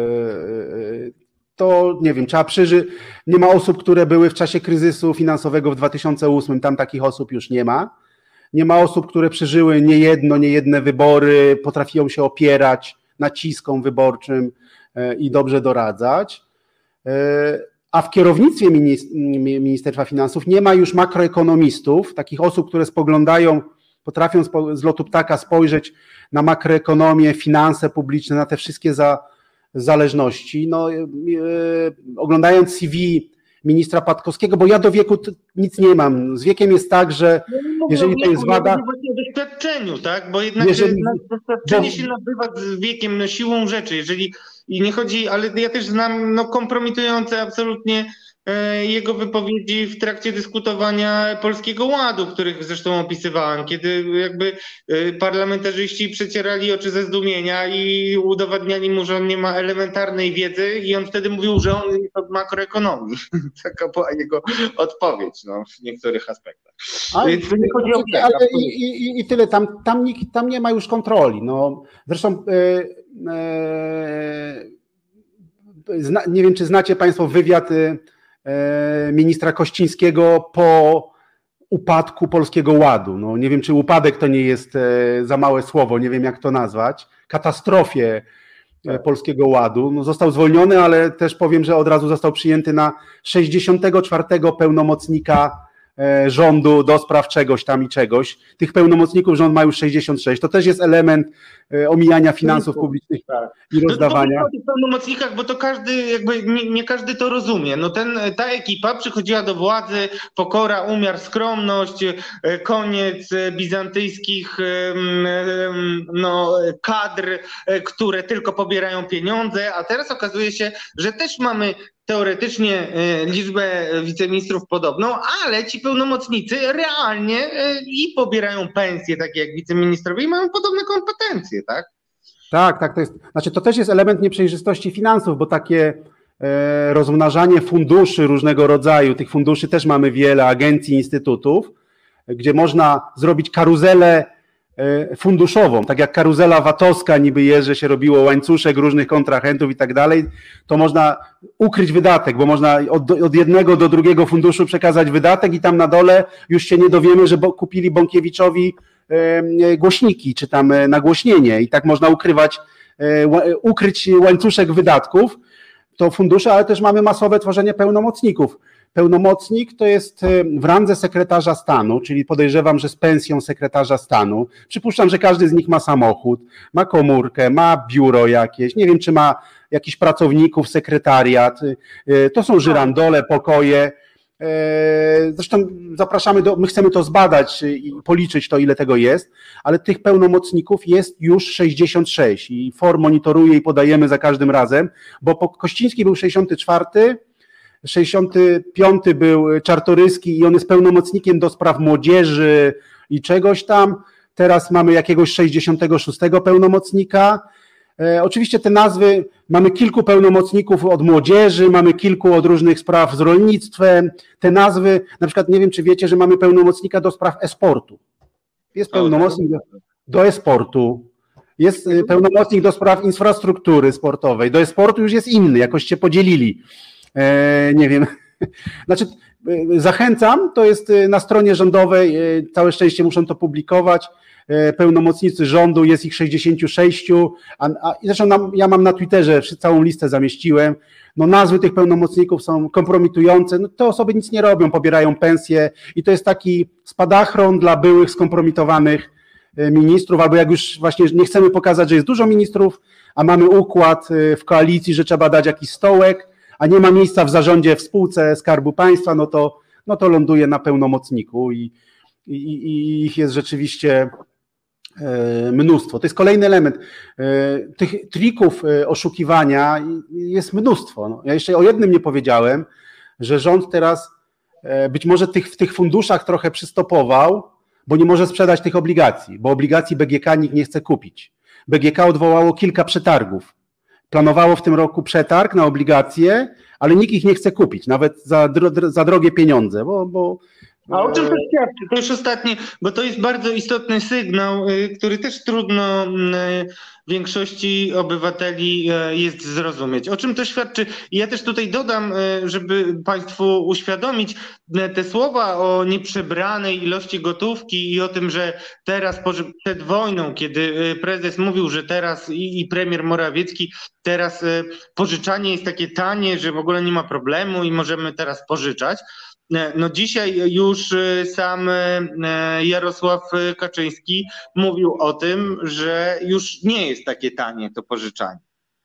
[SPEAKER 2] to nie wiem, trzeba przyjrzeć, nie ma osób, które były w czasie kryzysu finansowego w dwa tysiące ósmym, tam takich osób już nie ma. Nie ma osób, które przeżyły niejedno, niejedne wybory, potrafią się opierać naciskom wyborczym i dobrze doradzać, a w kierownictwie Ministerstwa Finansów nie ma już makroekonomistów, takich osób, które spoglądają, potrafią z lotu ptaka spojrzeć na makroekonomię, finanse publiczne, na te wszystkie za, zależności. No, oglądając C V ministra Patkowskiego, bo ja do wieku nic nie mam. Z wiekiem jest tak, że jeżeli to jest wada...
[SPEAKER 1] O doświadczeniu, tak? Bo jednak
[SPEAKER 2] jeżeli...
[SPEAKER 1] doświadczenie się nabywa z wiekiem, no, siłą rzeczy. Jeżeli i nie chodzi, ale ja też znam no, kompromitujące absolutnie e, jego wypowiedzi w trakcie dyskutowania Polskiego Ładu, których zresztą opisywałem, kiedy jakby e, parlamentarzyści przecierali oczy ze zdumienia i udowadniali mu, że on nie ma elementarnej wiedzy i on wtedy mówił, że on jest od makroekonomii. Taka była jego odpowiedź no, w niektórych aspektach.
[SPEAKER 2] Ale, Więc nie chodzi o ale i, i, i tyle, tam, tam, nikt, tam nie ma już kontroli. No, zresztą yy, yy, zna, nie wiem, czy znacie Państwo wywiad yy, ministra Kościńskiego po upadku Polskiego Ładu. No, nie wiem, czy upadek to nie jest yy, za małe słowo, nie wiem jak to nazwać, katastrofie yy, Polskiego Ładu. No, został zwolniony, ale też powiem, że od razu został przyjęty na sześćdziesiątego czwartego pełnomocnika rządu do spraw czegoś tam i czegoś. Tych pełnomocników rząd ma już sześćdziesiąt sześć. To też jest element omijania finansów publicznych i rozdawania.
[SPEAKER 1] No, o tych pełnomocnikach, bo to każdy, jakby nie, nie każdy to rozumie. No ten, ta ekipa przychodziła do władzy, pokora, umiar, skromność, koniec bizantyjskich no, kadr, które tylko pobierają pieniądze, a teraz okazuje się, że też mamy teoretycznie liczbę wiceministrów podobną, ale ci pełnomocnicy realnie i pobierają pensje takie jak wiceministrowie i mają podobne kompetencje, tak?
[SPEAKER 2] Tak, tak, to jest, znaczy to też jest element nieprzejrzystości finansów, bo takie e, rozmnażanie funduszy różnego rodzaju, tych funduszy też mamy wiele, agencji, instytutów, gdzie można zrobić karuzelę e, funduszową, tak jak karuzela VAT-owska niby jest, że się robiło łańcuszek różnych kontrahentów i tak dalej, to można ukryć wydatek, bo można od, od jednego do drugiego funduszu przekazać wydatek i tam na dole już się nie dowiemy, że bo, kupili Bąkiewiczowi głośniki, czy tam nagłośnienie i tak można ukrywać, ukryć łańcuszek wydatków, to fundusze, ale też mamy masowe tworzenie pełnomocników. Pełnomocnik to jest w randze sekretarza stanu, czyli podejrzewam, że z pensją sekretarza stanu. Przypuszczam, że każdy z nich ma samochód, ma komórkę, ma biuro jakieś, nie wiem, czy ma jakichś pracowników, sekretariat, to są żyrandole, pokoje. Zresztą zapraszamy, do, my chcemy to zbadać i policzyć to, ile tego jest, ale tych pełnomocników jest już sześćdziesiąt sześć i F O R monitoruje i podajemy za każdym razem, bo Kościński był sześćdziesiąty czwarty, sześćdziesiąty piąty był Czartoryski i on jest pełnomocnikiem do spraw młodzieży i czegoś tam, teraz mamy jakiegoś sześćdziesiątego szóstego pełnomocnika. E, oczywiście te nazwy, mamy kilku pełnomocników od młodzieży, mamy kilku od różnych spraw z rolnictwem, te nazwy, na przykład nie wiem, czy wiecie, że mamy pełnomocnika do spraw e-sportu. Jest pełnomocnik do, do e-sportu, jest pełnomocnik do spraw infrastruktury sportowej, do e-sportu już jest inny, jakoś się podzielili, e, nie wiem, znaczy zachęcam, to jest na stronie rządowej, całe szczęście muszą to publikować, pełnomocnicy rządu, jest ich sześćdziesiąt sześć, a, a zresztą nam, ja mam na Twitterze całą listę zamieściłem, no nazwy tych pełnomocników są kompromitujące, no te osoby nic nie robią, pobierają pensje i to jest taki spadachron dla byłych skompromitowanych ministrów, albo jak już właśnie nie chcemy pokazać, że jest dużo ministrów, a mamy układ w koalicji, że trzeba dać jakiś stołek, a nie ma miejsca w zarządzie w spółce Skarbu Państwa, no to, no to ląduje na pełnomocniku i, i, i ich jest rzeczywiście mnóstwo. To jest kolejny element. Tych trików oszukiwania jest mnóstwo. No, ja jeszcze o jednym nie powiedziałem, że rząd teraz być może tych, w tych funduszach trochę przystopował, bo nie może sprzedać tych obligacji, bo obligacji B G K nikt nie chce kupić. B G K odwołało kilka przetargów. Planowało w tym roku przetarg na obligacje, ale nikt ich nie chce kupić, nawet za, dro, za drogie pieniądze, bo, bo
[SPEAKER 1] a o czym to świadczy? To już ostatnie, bo to jest bardzo istotny sygnał, który też trudno większości obywateli jest zrozumieć. O czym to świadczy? I ja też tutaj dodam, żeby Państwu uświadomić te słowa o nieprzebranej ilości gotówki i o tym, że teraz przed wojną, kiedy prezes mówił, że teraz i, i premier Morawiecki, teraz pożyczanie jest takie tanie, że w ogóle nie ma problemu i możemy teraz pożyczać. No dzisiaj już sam Jarosław Kaczyński mówił o tym, że już nie jest takie tanie to pożyczanie.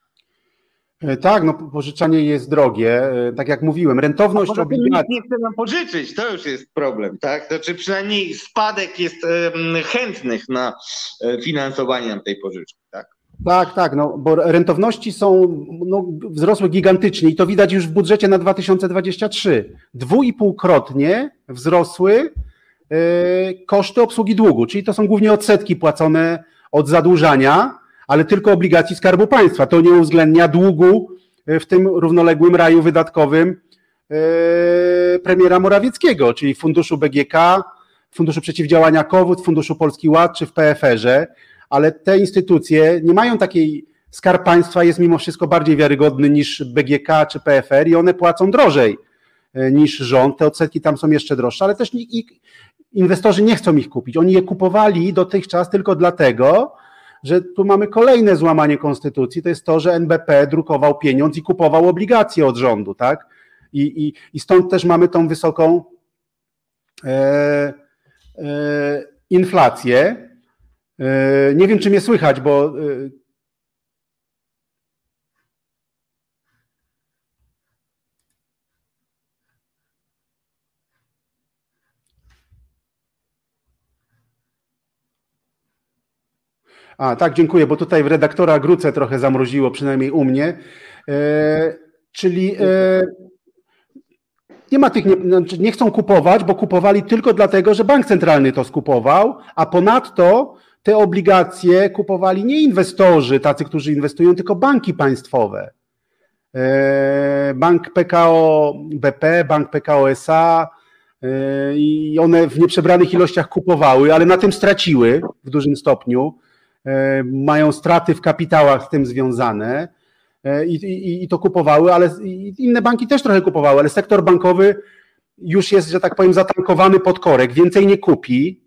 [SPEAKER 2] Tak, no pożyczanie jest drogie, tak jak mówiłem, rentowność obligacji.
[SPEAKER 1] Nikt nie chce nam pożyczyć, to już jest problem, tak? Znaczy przynajmniej spadek jest chętnych na finansowanie nam tej pożyczki, tak?
[SPEAKER 2] Tak, tak, no bo rentowności są, no, wzrosły gigantycznie i to widać już w budżecie na dwa tysiące dwudziesty trzeci. Dwuipółkrotnie wzrosły y, koszty obsługi długu, czyli to są głównie odsetki płacone od zadłużania, ale tylko obligacji Skarbu Państwa. To nie uwzględnia długu w tym równoległym raju wydatkowym y, premiera Morawieckiego, czyli w Funduszu B G K, Funduszu Przeciwdziałania COVID, Funduszu Polski Ład czy w P F R-ze. Ale te instytucje nie mają takiej, Skarb Państwa jest mimo wszystko bardziej wiarygodny niż B G K czy P F R i one płacą drożej niż rząd, te odsetki tam są jeszcze droższe, ale też ich, inwestorzy nie chcą ich kupić, oni je kupowali dotychczas tylko dlatego, że tu mamy kolejne złamanie konstytucji, to jest to, że N B P drukował pieniądz i kupował obligacje od rządu, tak? I, i, i stąd też mamy tą wysoką e, e, inflację. E, nie wiem, czy mnie słychać, bo e, A, tak, dziękuję, bo tutaj w redaktora Gruce trochę zamroziło, przynajmniej u mnie. E, czyli e, nie ma tych, nie, nie chcą kupować, bo kupowali tylko dlatego, że bank centralny to skupował, a ponadto te obligacje kupowali nie inwestorzy, tacy, którzy inwestują, tylko banki państwowe. E, bank P K O B P, bank P K O S A e, i one w nieprzebranych ilościach kupowały, ale na tym straciły w dużym stopniu. Mają straty w kapitałach z tym związane i, i, i to kupowały, ale inne banki też trochę kupowały, ale sektor bankowy już jest, że tak powiem, zatankowany pod korek, więcej nie kupi.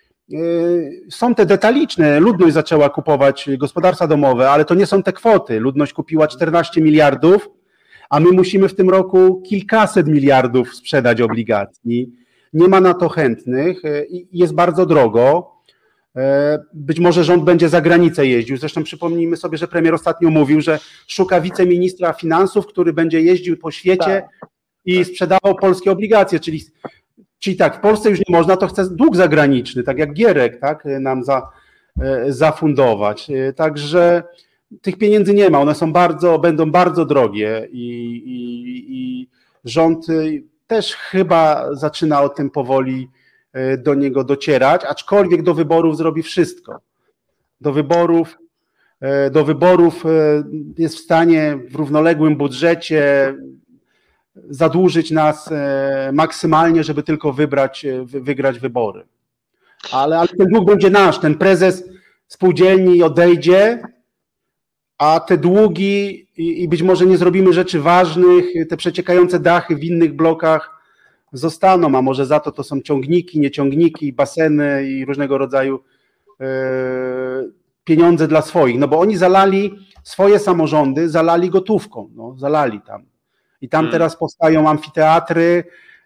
[SPEAKER 2] Są te detaliczne, ludność zaczęła kupować gospodarstwa domowe, ale to nie są te kwoty. Ludność kupiła czternaście miliardów, a my musimy w tym roku kilkaset miliardów sprzedać obligacji. Nie ma na to chętnych i jest bardzo drogo. Być może rząd będzie za granicę jeździł. Zresztą przypomnijmy sobie, że premier ostatnio mówił, że szuka wiceministra finansów, który będzie jeździł po świecie tak. i sprzedawał polskie obligacje. Czyli, czyli tak, w Polsce już nie można, to chce dług zagraniczny, tak jak Gierek, tak, nam za, zafundować. Także tych pieniędzy nie ma, one są bardzo, będą bardzo drogie i, i, i rząd też chyba zaczyna o tym powoli do niego docierać, aczkolwiek do wyborów zrobi wszystko. Do wyborów, do wyborów jest w stanie w równoległym budżecie zadłużyć nas maksymalnie, żeby tylko wybrać, wygrać wybory. Ale, ale ten dług będzie nasz, ten prezes spółdzielni odejdzie, a te długi i, i być może nie zrobimy rzeczy ważnych, te przeciekające dachy w innych blokach zostaną, a może za to to są ciągniki, nieciągniki, baseny i różnego rodzaju e, pieniądze dla swoich, no bo oni zalali swoje samorządy, zalali gotówką, no, zalali tam. I tam hmm. teraz powstają amfiteatry,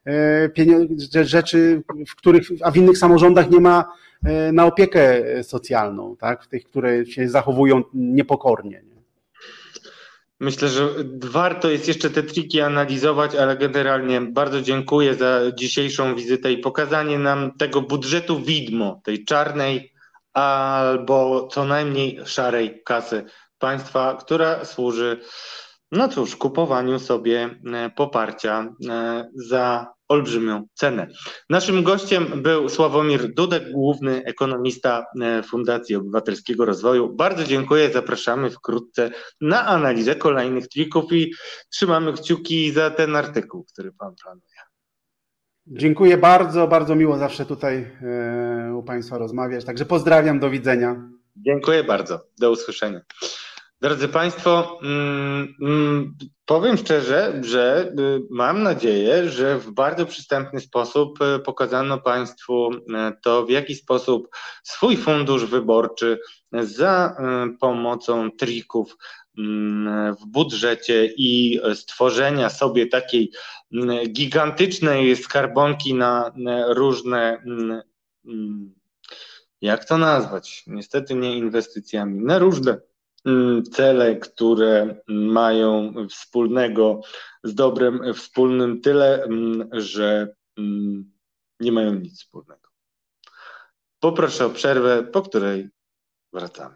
[SPEAKER 2] e, rzeczy, w których, a w innych samorządach nie ma e, na opiekę socjalną, tak? W tych, które się zachowują niepokornie. Nie?
[SPEAKER 1] Myślę, że warto jest jeszcze te triki analizować, ale generalnie bardzo dziękuję za dzisiejszą wizytę i pokazanie nam tego budżetu widmo, tej czarnej albo co najmniej szarej kasy państwa, która służy, no cóż, kupowaniu sobie poparcia za olbrzymią cenę. Naszym gościem był Sławomir Dudek, główny ekonomista Fundacji Obywatelskiego Rozwoju. Bardzo dziękuję, zapraszamy wkrótce na analizę kolejnych trików i trzymamy kciuki za ten artykuł, który pan planuje.
[SPEAKER 2] Dziękuję bardzo, bardzo miło zawsze tutaj u państwa rozmawiać, także pozdrawiam, do widzenia.
[SPEAKER 1] Dziękuję bardzo, do usłyszenia. Drodzy Państwo, mm, mm, powiem szczerze, że y, mam nadzieję, że w bardzo przystępny sposób y, pokazano Państwu y, to, w jaki sposób swój fundusz wyborczy za y, pomocą trików y, w budżecie i stworzenia sobie takiej y, gigantycznej skarbonki na y, różne, y, y, jak to nazwać, niestety nie inwestycjami, na różne cele, które mają wspólnego z dobrem wspólnym tyle, że nie mają nic wspólnego. Poproszę o przerwę, po której wracamy.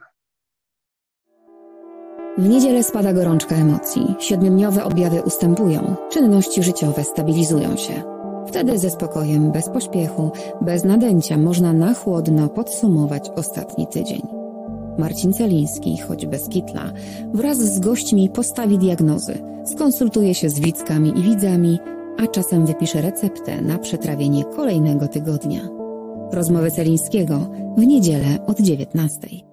[SPEAKER 3] W niedzielę spada gorączka emocji, siedmiodniowe objawy ustępują, czynności życiowe stabilizują się. Wtedy ze spokojem, bez pośpiechu, bez nadęcia można na chłodno podsumować ostatni tydzień. Marcin Celiński, choć bez kitla, wraz z gośćmi postawi diagnozy, skonsultuje się z widzkami i widzami, a czasem wypisze receptę na przetrawienie kolejnego tygodnia. Rozmowy Celińskiego w niedzielę od dziewiętnastej.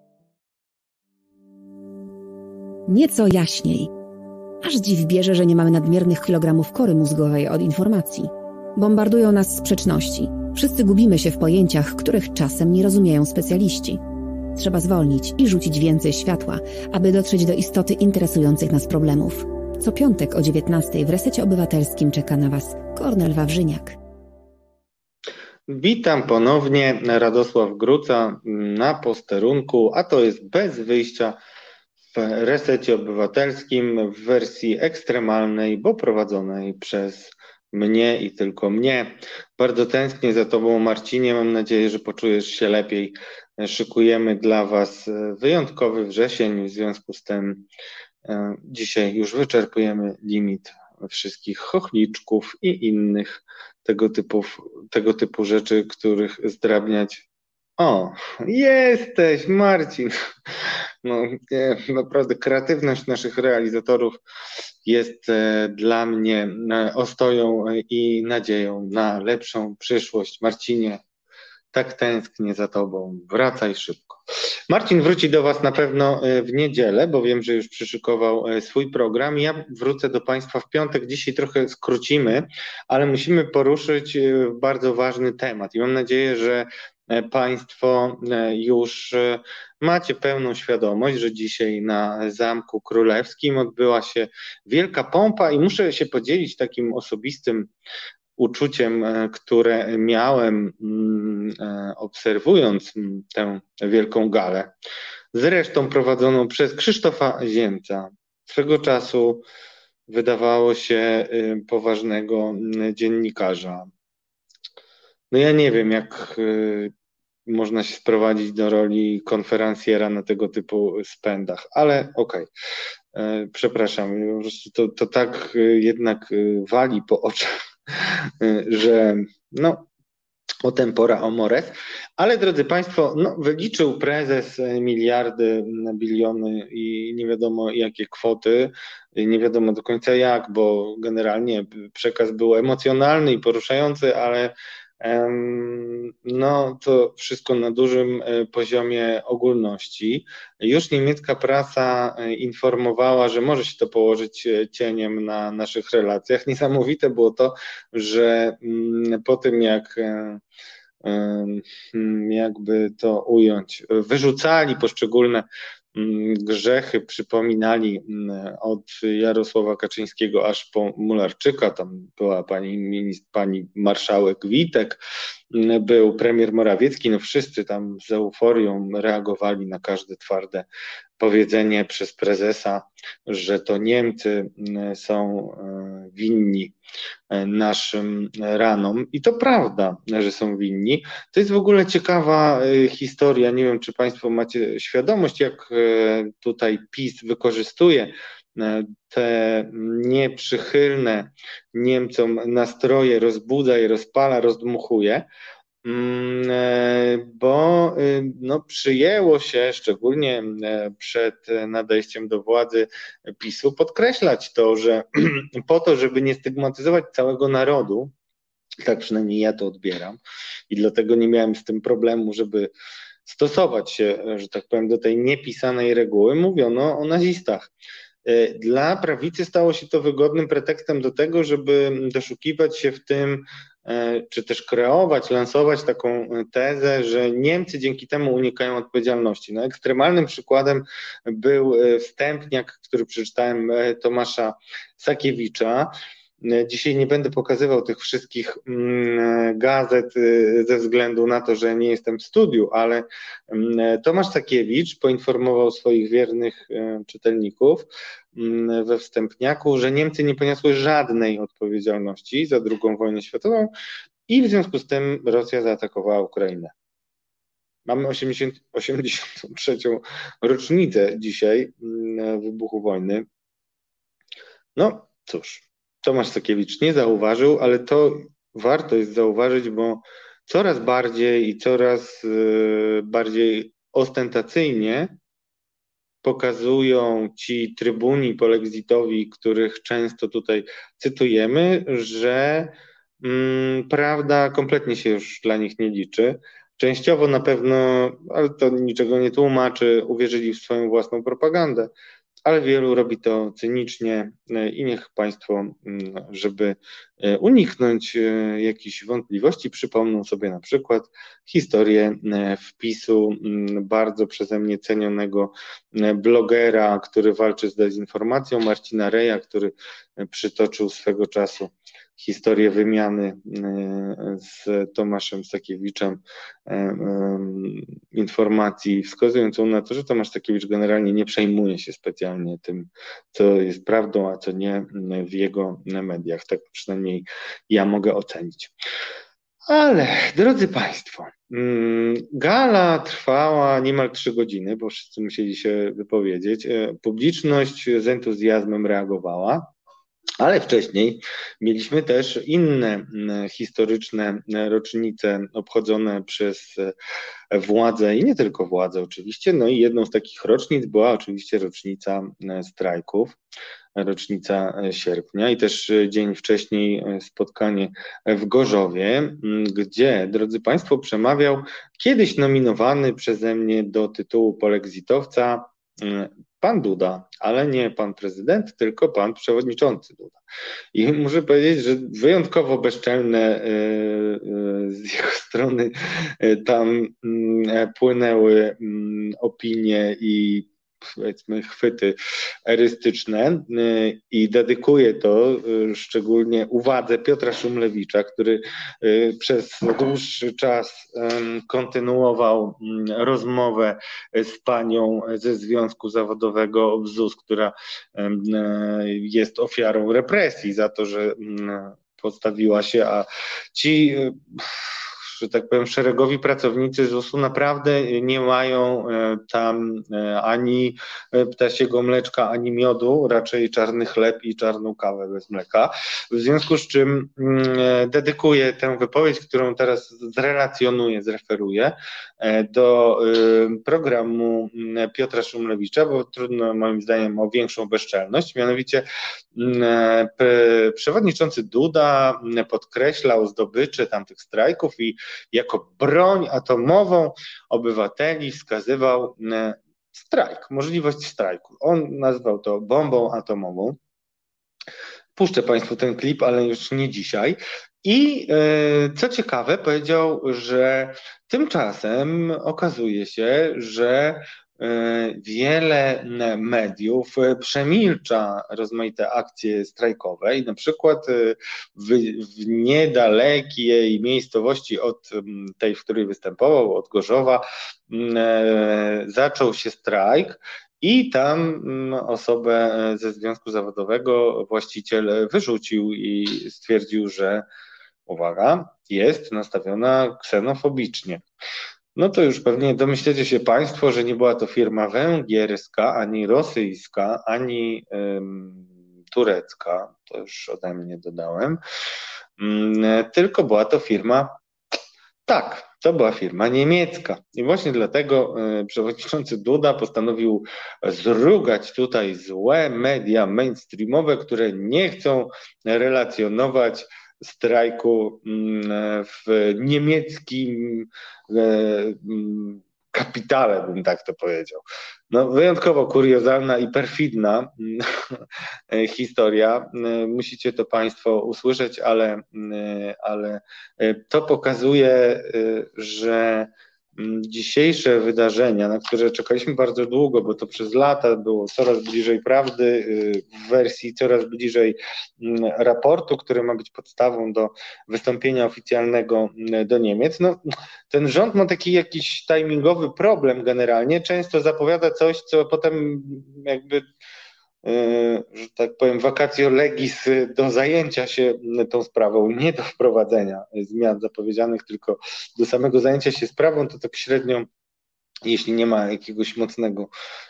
[SPEAKER 3] Nieco jaśniej. Aż dziw bierze, że nie mamy nadmiernych kilogramów kory mózgowej od informacji. Bombardują nas sprzeczności. Wszyscy gubimy się w pojęciach, których czasem nie rozumieją specjaliści. Trzeba zwolnić i rzucić więcej światła, aby dotrzeć do istoty interesujących nas problemów. Co piątek o dziewiętnastej w Resecie Obywatelskim czeka na Was Kornel Wawrzyniak.
[SPEAKER 1] Witam ponownie, Radosław Gruca na posterunku, a to jest Bez Wyjścia w Resecie Obywatelskim w wersji ekstremalnej, bo prowadzonej przez mnie i tylko mnie. Bardzo tęsknię za Tobą, Marcinie, mam nadzieję, że poczujesz się lepiej. Szykujemy dla Was wyjątkowy wrzesień, w związku z tym dzisiaj już wyczerpujemy limit wszystkich chochliczków i innych tego typu, tego typu rzeczy, których zdrabniać. O, jesteś, Marcin. No, nie, naprawdę kreatywność naszych realizatorów jest e, dla mnie e, ostoją i nadzieją na lepszą przyszłość. Marcinie, tak tęsknię za Tobą. Wracaj szybko. Marcin wróci do Was na pewno w niedzielę, bo wiem, że już przyszykował swój program. Ja wrócę do Państwa w piątek. Dzisiaj trochę skrócimy, ale musimy poruszyć bardzo ważny temat i mam nadzieję, że Państwo już macie pełną świadomość, że dzisiaj na Zamku Królewskim odbyła się wielka pompa i muszę się podzielić takim osobistym uczuciem, które miałem obserwując tę wielką galę, zresztą prowadzoną przez Krzysztofa Ziemca, swego czasu wydawało się poważnego dziennikarza. No ja nie wiem, jak można się sprowadzić do roli konferencjera na tego typu spędach, ale okej. Okay. Przepraszam, po prostu to, to tak jednak wali po oczach, że no o tempora, o mores. Ale drodzy Państwo, no, wyliczył prezes miliardy, biliony i nie wiadomo jakie kwoty, nie wiadomo do końca jak, bo generalnie przekaz był emocjonalny i poruszający, ale no to wszystko na dużym poziomie ogólności. Już niemiecka prasa informowała, że może się to położyć cieniem na naszych relacjach. Niesamowite było to, że po tym jak jakby to ująć, wyrzucali poszczególne grzechy, przypominali od Jarosława Kaczyńskiego aż po Mularczyka, tam była pani, ministr, pani marszałek Witek, był premier Morawiecki, no wszyscy tam z euforią reagowali na każde twarde powiedzenie przez prezesa, że to Niemcy są winni naszym ranom. I to prawda, że są winni. To jest w ogóle ciekawa historia. Nie wiem, czy Państwo macie świadomość, jak tutaj PiS wykorzystuje te nieprzychylne Niemcom nastroje, rozbudza je, rozpala, rozdmuchuje, bo no, przyjęło się, szczególnie przed nadejściem do władzy PiSu, podkreślać to, że po to, żeby nie stygmatyzować całego narodu, tak przynajmniej ja to odbieram i dlatego nie miałem z tym problemu, żeby stosować się, że tak powiem, do tej niepisanej reguły, mówiono o nazistach. Dla prawicy stało się to wygodnym pretekstem do tego, żeby doszukiwać się w tym, czy też kreować, lansować taką tezę, że Niemcy dzięki temu unikają odpowiedzialności. No, ekstremalnym przykładem był wstępniak, który przeczytałem, Tomasza Sakiewicza. Dzisiaj nie będę pokazywał tych wszystkich gazet ze względu na to, że nie jestem w studiu, ale Tomasz Sakiewicz poinformował swoich wiernych czytelników we wstępniaku, że Niemcy nie poniosły żadnej odpowiedzialności za drugą wojnę światową i w związku z tym Rosja zaatakowała Ukrainę. Mamy osiemdziesiątą trzecią rocznicę dzisiaj wybuchu wojny. No cóż, Tomasz Sakiewicz nie zauważył, ale to warto jest zauważyć, bo coraz bardziej i coraz bardziej ostentacyjnie pokazują ci trybuni polexitowi, których często tutaj cytujemy, że mm, prawda kompletnie się już dla nich nie liczy. Częściowo na pewno, ale to niczego nie tłumaczy, uwierzyli w swoją własną propagandę, ale wielu robi to cynicznie i niech Państwo, żeby uniknąć jakichś wątpliwości, przypomną sobie na przykład historię wpisu bardzo przeze mnie cenionego blogera, który walczy z dezinformacją, Marcina Reja, który przytoczył swego czasu historię wymiany z Tomaszem Sakiewiczem informacji wskazującą na to, że Tomasz Sakiewicz generalnie nie przejmuje się specjalnie tym, co jest prawdą, a co nie w jego mediach. Tak przynajmniej ja mogę ocenić. Ale, drodzy Państwo, gala trwała niemal trzy godziny, bo wszyscy musieli się wypowiedzieć. Publiczność z entuzjazmem reagowała. Ale wcześniej mieliśmy też inne historyczne rocznice obchodzone przez władze i nie tylko władze oczywiście, no i jedną z takich rocznic była oczywiście rocznica strajków, rocznica sierpnia i też dzień wcześniej spotkanie w Gorzowie, gdzie, drodzy Państwo, przemawiał kiedyś nominowany przeze mnie do tytułu polexitowca pan Duda, ale nie pan prezydent, tylko pan przewodniczący Duda. I muszę powiedzieć, że wyjątkowo bezczelne z jego strony tam płynęły opinie i powiedzmy chwyty erystyczne i dedykuję to szczególnie uwadze Piotra Szumlewicza, który przez dłuższy czas kontynuował rozmowę z panią ze Związku Zawodowego W Z U S, która jest ofiarą represji za to, że postawiła się, a ci, że tak powiem, szeregowi pracownicy Z U S u naprawdę nie mają tam ani ptasiego mleczka, ani miodu, raczej czarny chleb i czarną kawę bez mleka. W związku z czym dedykuję tę wypowiedź, którą teraz zrelacjonuję, zreferuję do programu Piotra Szumlewicza, bo trudno moim zdaniem o większą bezczelność. Mianowicie przewodniczący Duda podkreślał zdobycze tamtych strajków i jako broń atomową obywateli wskazywał strajk, możliwość strajku. On nazwał to bombą atomową. Puszczę Państwu ten klip, ale już nie dzisiaj. I co ciekawe, powiedział, że tymczasem okazuje się, że wiele mediów przemilcza rozmaite akcje strajkowe i na przykład w, w niedalekiej miejscowości od tej, w której występował, od Gorzowa, zaczął się strajk i tam osobę ze Związku Zawodowego właściciel wyrzucił i stwierdził, że uwaga, jest nastawiona ksenofobicznie. No to już pewnie domyślecie się Państwo, że nie była to firma węgierska, ani rosyjska, ani ym, turecka, to już ode mnie dodałem, ym, tylko była to firma, tak, to była firma niemiecka. I właśnie dlatego y, przewodniczący Duda postanowił zrugać tutaj złe media mainstreamowe, które nie chcą relacjonować strajku w niemieckim kapitale, bym tak to powiedział. No, wyjątkowo kuriozalna i perfidna historia. Musicie to Państwo usłyszeć, ale, ale to pokazuje, że dzisiejsze wydarzenia, na które czekaliśmy bardzo długo, bo to przez lata było coraz bliżej prawdy, w wersji coraz bliżej raportu, który ma być podstawą do wystąpienia oficjalnego do Niemiec. No, ten rząd ma taki jakiś timingowy problem generalnie, często zapowiada coś, co potem jakby, że tak powiem, vacatio legis do zajęcia się tą sprawą, nie do wprowadzenia zmian zapowiedzianych, tylko do samego zajęcia się sprawą, to tak średnio, jeśli nie ma jakiegoś mocnego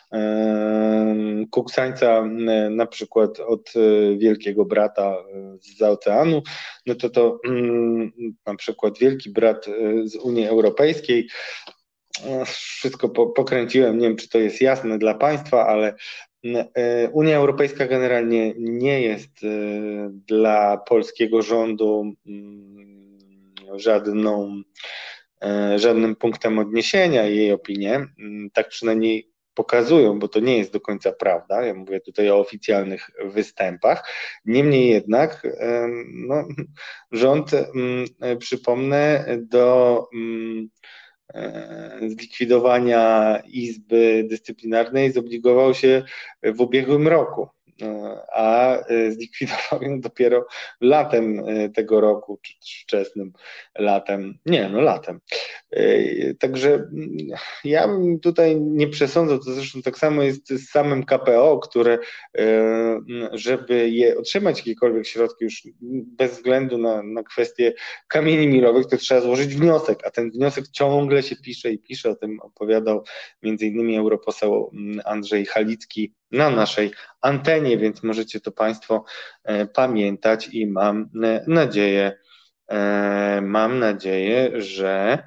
[SPEAKER 1] kuksańca, na przykład od wielkiego brata zza oceanu, no to to na przykład wielki brat z Unii Europejskiej. Wszystko pokręciłem, nie wiem, czy to jest jasne dla Państwa, ale Unia Europejska generalnie nie jest dla polskiego rządu żadną, żadnym punktem odniesienia, jej opinie. Tak przynajmniej pokazują, bo to nie jest do końca prawda, ja mówię tutaj o oficjalnych występach, niemniej jednak no, rząd, przypomnę, do zlikwidowania Izby Dyscyplinarnej zobligował się w ubiegłym roku, a zlikwidował ją dopiero latem tego roku, czy wczesnym latem, nie no latem. Także ja bym tutaj nie przesądzał, to zresztą tak samo jest z samym K P O, które żeby je otrzymać jakiekolwiek środki już bez względu na, na kwestie kamieni milowych, to trzeba złożyć wniosek, a ten wniosek ciągle się pisze i pisze, o tym opowiadał między innymi europoseł Andrzej Halicki na naszej antenie, więc możecie to Państwo pamiętać i mam nadzieję, mam nadzieję, że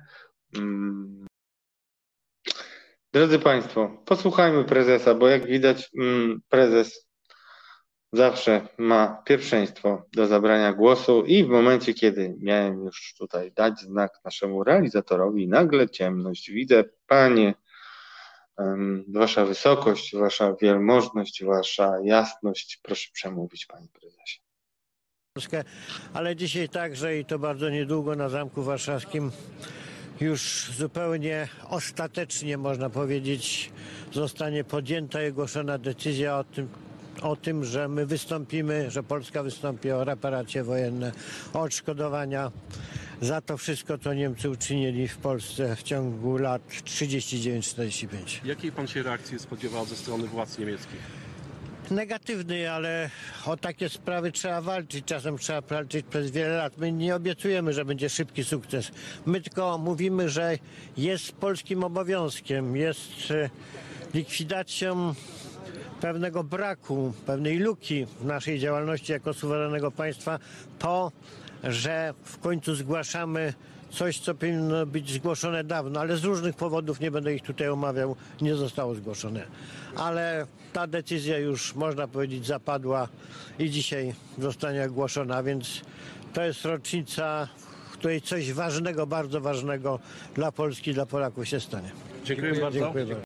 [SPEAKER 1] drodzy Państwo, posłuchajmy prezesa, bo jak widać prezes zawsze ma pierwszeństwo do zabrania głosu i w momencie, kiedy miałem już tutaj dać znak naszemu realizatorowi, nagle ciemność. Widzę, Panie, Wasza wysokość, Wasza wielmożność, Wasza jasność. Proszę przemówić, Panie Prezesie.
[SPEAKER 4] Ale dzisiaj także i to bardzo niedługo na Zamku Warszawskim już zupełnie ostatecznie, można powiedzieć, zostanie podjęta i ogłoszona decyzja o tym, o tym, że my wystąpimy, że Polska wystąpi o reparacje wojenne, o odszkodowania za to wszystko, co Niemcy uczynili w Polsce w ciągu lat trzydzieści dziewięć czterdzieści pięć.
[SPEAKER 5] Jakiej pan się reakcji spodziewał ze strony władz niemieckich?
[SPEAKER 4] Negatywny, ale o takie sprawy trzeba walczyć. Czasem trzeba walczyć przez wiele lat. My nie obiecujemy, że będzie szybki sukces. My tylko mówimy, że jest polskim obowiązkiem, jest likwidacją pewnego braku, pewnej luki w naszej działalności jako suwerennego państwa to, że w końcu zgłaszamy coś, co powinno być zgłoszone dawno, ale z różnych powodów, nie będę ich tutaj omawiał, nie zostało zgłoszone. Ale ta decyzja już, można powiedzieć, zapadła i dzisiaj zostanie ogłoszona, więc to jest rocznica, w której coś ważnego, bardzo ważnego dla Polski, dla Polaków się stanie.
[SPEAKER 5] Dziękuję bardzo.
[SPEAKER 4] Dziękuję bardzo.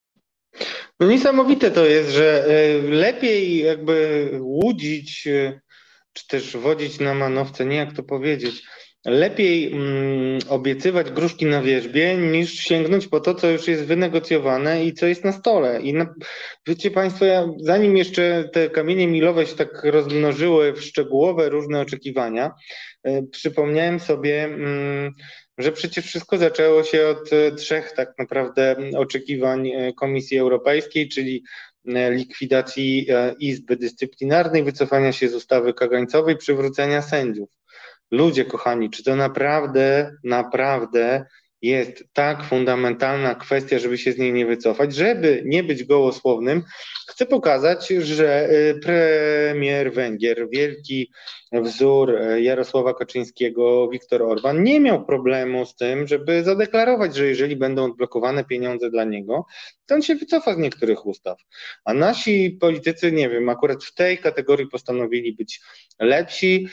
[SPEAKER 1] No niesamowite to jest, że lepiej jakby łudzić, czy też wodzić na manowce, nie jak to powiedzieć, lepiej mm, obiecywać gruszki na wierzbie, niż sięgnąć po to, co już jest wynegocjowane i co jest na stole. I na, wiecie Państwo, ja, zanim jeszcze te kamienie milowe się tak rozmnożyły w szczegółowe różne oczekiwania, y, przypomniałem sobie, y, że przecież wszystko zaczęło się od trzech tak naprawdę oczekiwań Komisji Europejskiej, czyli likwidacji Izby Dyscyplinarnej, wycofania się z ustawy kagańcowej, przywrócenia sędziów. Ludzie kochani, czy to naprawdę, naprawdę jest tak fundamentalna kwestia, żeby się z niej nie wycofać? Żeby nie być gołosłownym, chcę pokazać, że premier Węgier, wielki wzór Jarosława Kaczyńskiego, Viktor Orban, nie miał problemu z tym, żeby zadeklarować, że jeżeli będą odblokowane pieniądze dla niego, to on się wycofa z niektórych ustaw. A nasi politycy, nie wiem, akurat w tej kategorii postanowili być lepsi.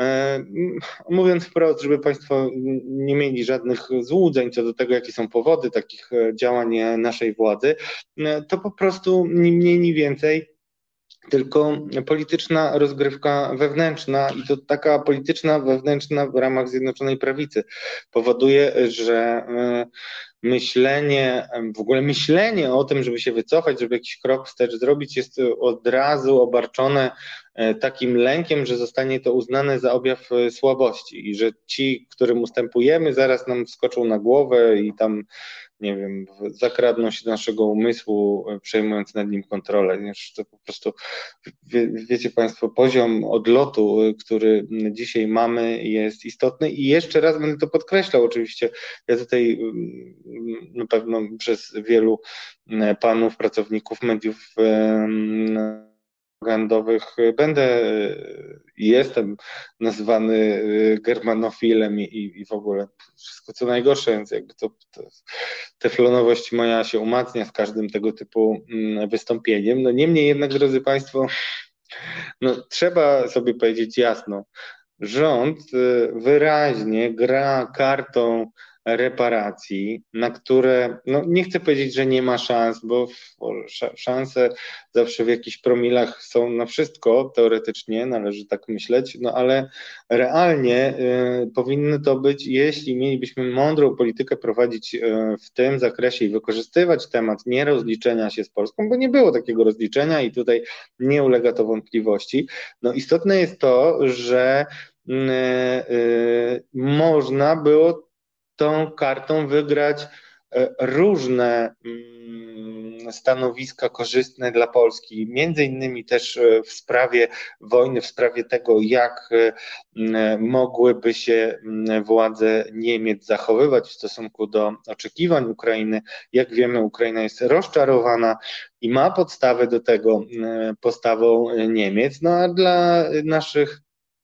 [SPEAKER 1] Mówiąc wprost, żeby Państwo nie mieli żadnych złudzeń co do tego, jakie są powody takich działań naszej władzy, to po prostu ni mniej, ni więcej tylko polityczna rozgrywka wewnętrzna i to taka polityczna wewnętrzna w ramach Zjednoczonej Prawicy powoduje, że myślenie, w ogóle myślenie o tym, żeby się wycofać, żeby jakiś krok wstecz zrobić, jest od razu obarczone takim lękiem, że zostanie to uznane za objaw słabości i że ci, którym ustępujemy, zaraz nam wskoczą na głowę i tam, nie wiem, zakradną się do naszego umysłu, przejmując nad nim kontrolę. To po prostu, wie, wiecie Państwo, poziom odlotu, który dzisiaj mamy, jest istotny i jeszcze raz będę to podkreślał, oczywiście ja tutaj na pewno przez wielu panów, pracowników mediów propagandowych będę i jestem nazwany germanofilem i, i w ogóle wszystko co najgorsze, więc jakby to, to teflonowość moja się umacnia z każdym tego typu wystąpieniem. No niemniej jednak, drodzy Państwo, no trzeba sobie powiedzieć jasno, rząd wyraźnie gra kartą reparacji, na które, no nie chcę powiedzieć, że nie ma szans, bo szanse zawsze w jakichś promilach są na wszystko, teoretycznie należy tak myśleć, no ale realnie y, powinny to być, jeśli mielibyśmy mądrą politykę prowadzić y, w tym zakresie i wykorzystywać temat nierozliczenia się z Polską, bo nie było takiego rozliczenia i tutaj nie ulega to wątpliwości. No istotne jest to, że y, y, można było tą kartą wygrać różne stanowiska korzystne dla Polski, między innymi też w sprawie wojny, w sprawie tego, jak mogłyby się władze Niemiec zachowywać w stosunku do oczekiwań Ukrainy. Jak wiemy, Ukraina jest rozczarowana i ma podstawę do tego postawą Niemiec, no a dla naszych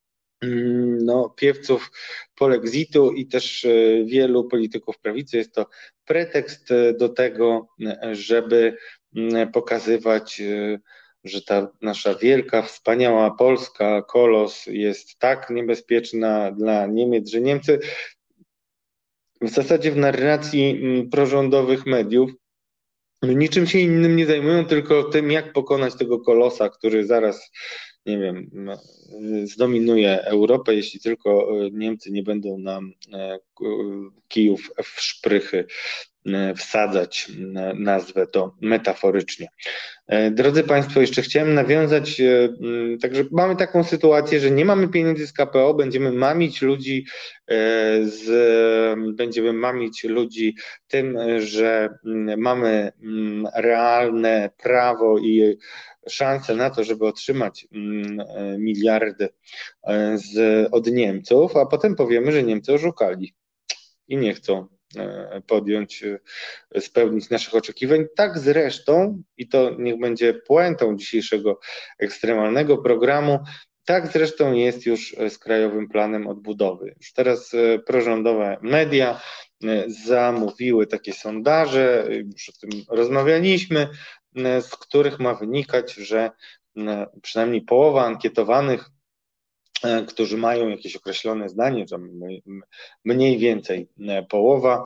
[SPEAKER 1] no, piewców polexitu i też wielu polityków prawicy jest to pretekst do tego, żeby pokazywać, że ta nasza wielka, wspaniała Polska, kolos jest tak niebezpieczna dla Niemiec, że Niemcy w zasadzie w narracji prorządowych mediów niczym się innym nie zajmują, tylko tym, jak pokonać tego kolosa, który zaraz, nie wiem, zdominuje Europę, jeśli tylko Niemcy nie będą nam kijów w szprychy wsadzać, nazwę to metaforycznie. Drodzy Państwo, jeszcze chciałem nawiązać, także mamy taką sytuację, że nie mamy pieniędzy z K P O, będziemy mamić ludzi z, będziemy mamić ludzi tym, że mamy realne prawo i szanse na to, żeby otrzymać miliardy z, od Niemców, a potem powiemy, że Niemcy oszukali i nie chcą podjąć, spełnić naszych oczekiwań. Tak zresztą, i to niech będzie puentą dzisiejszego ekstremalnego programu, tak zresztą jest już z Krajowym Planem Odbudowy. Już teraz prorządowe media zamówiły takie sondaże, już o tym rozmawialiśmy, z których ma wynikać, że przynajmniej połowa ankietowanych, którzy mają jakieś określone zdanie, że mniej więcej połowa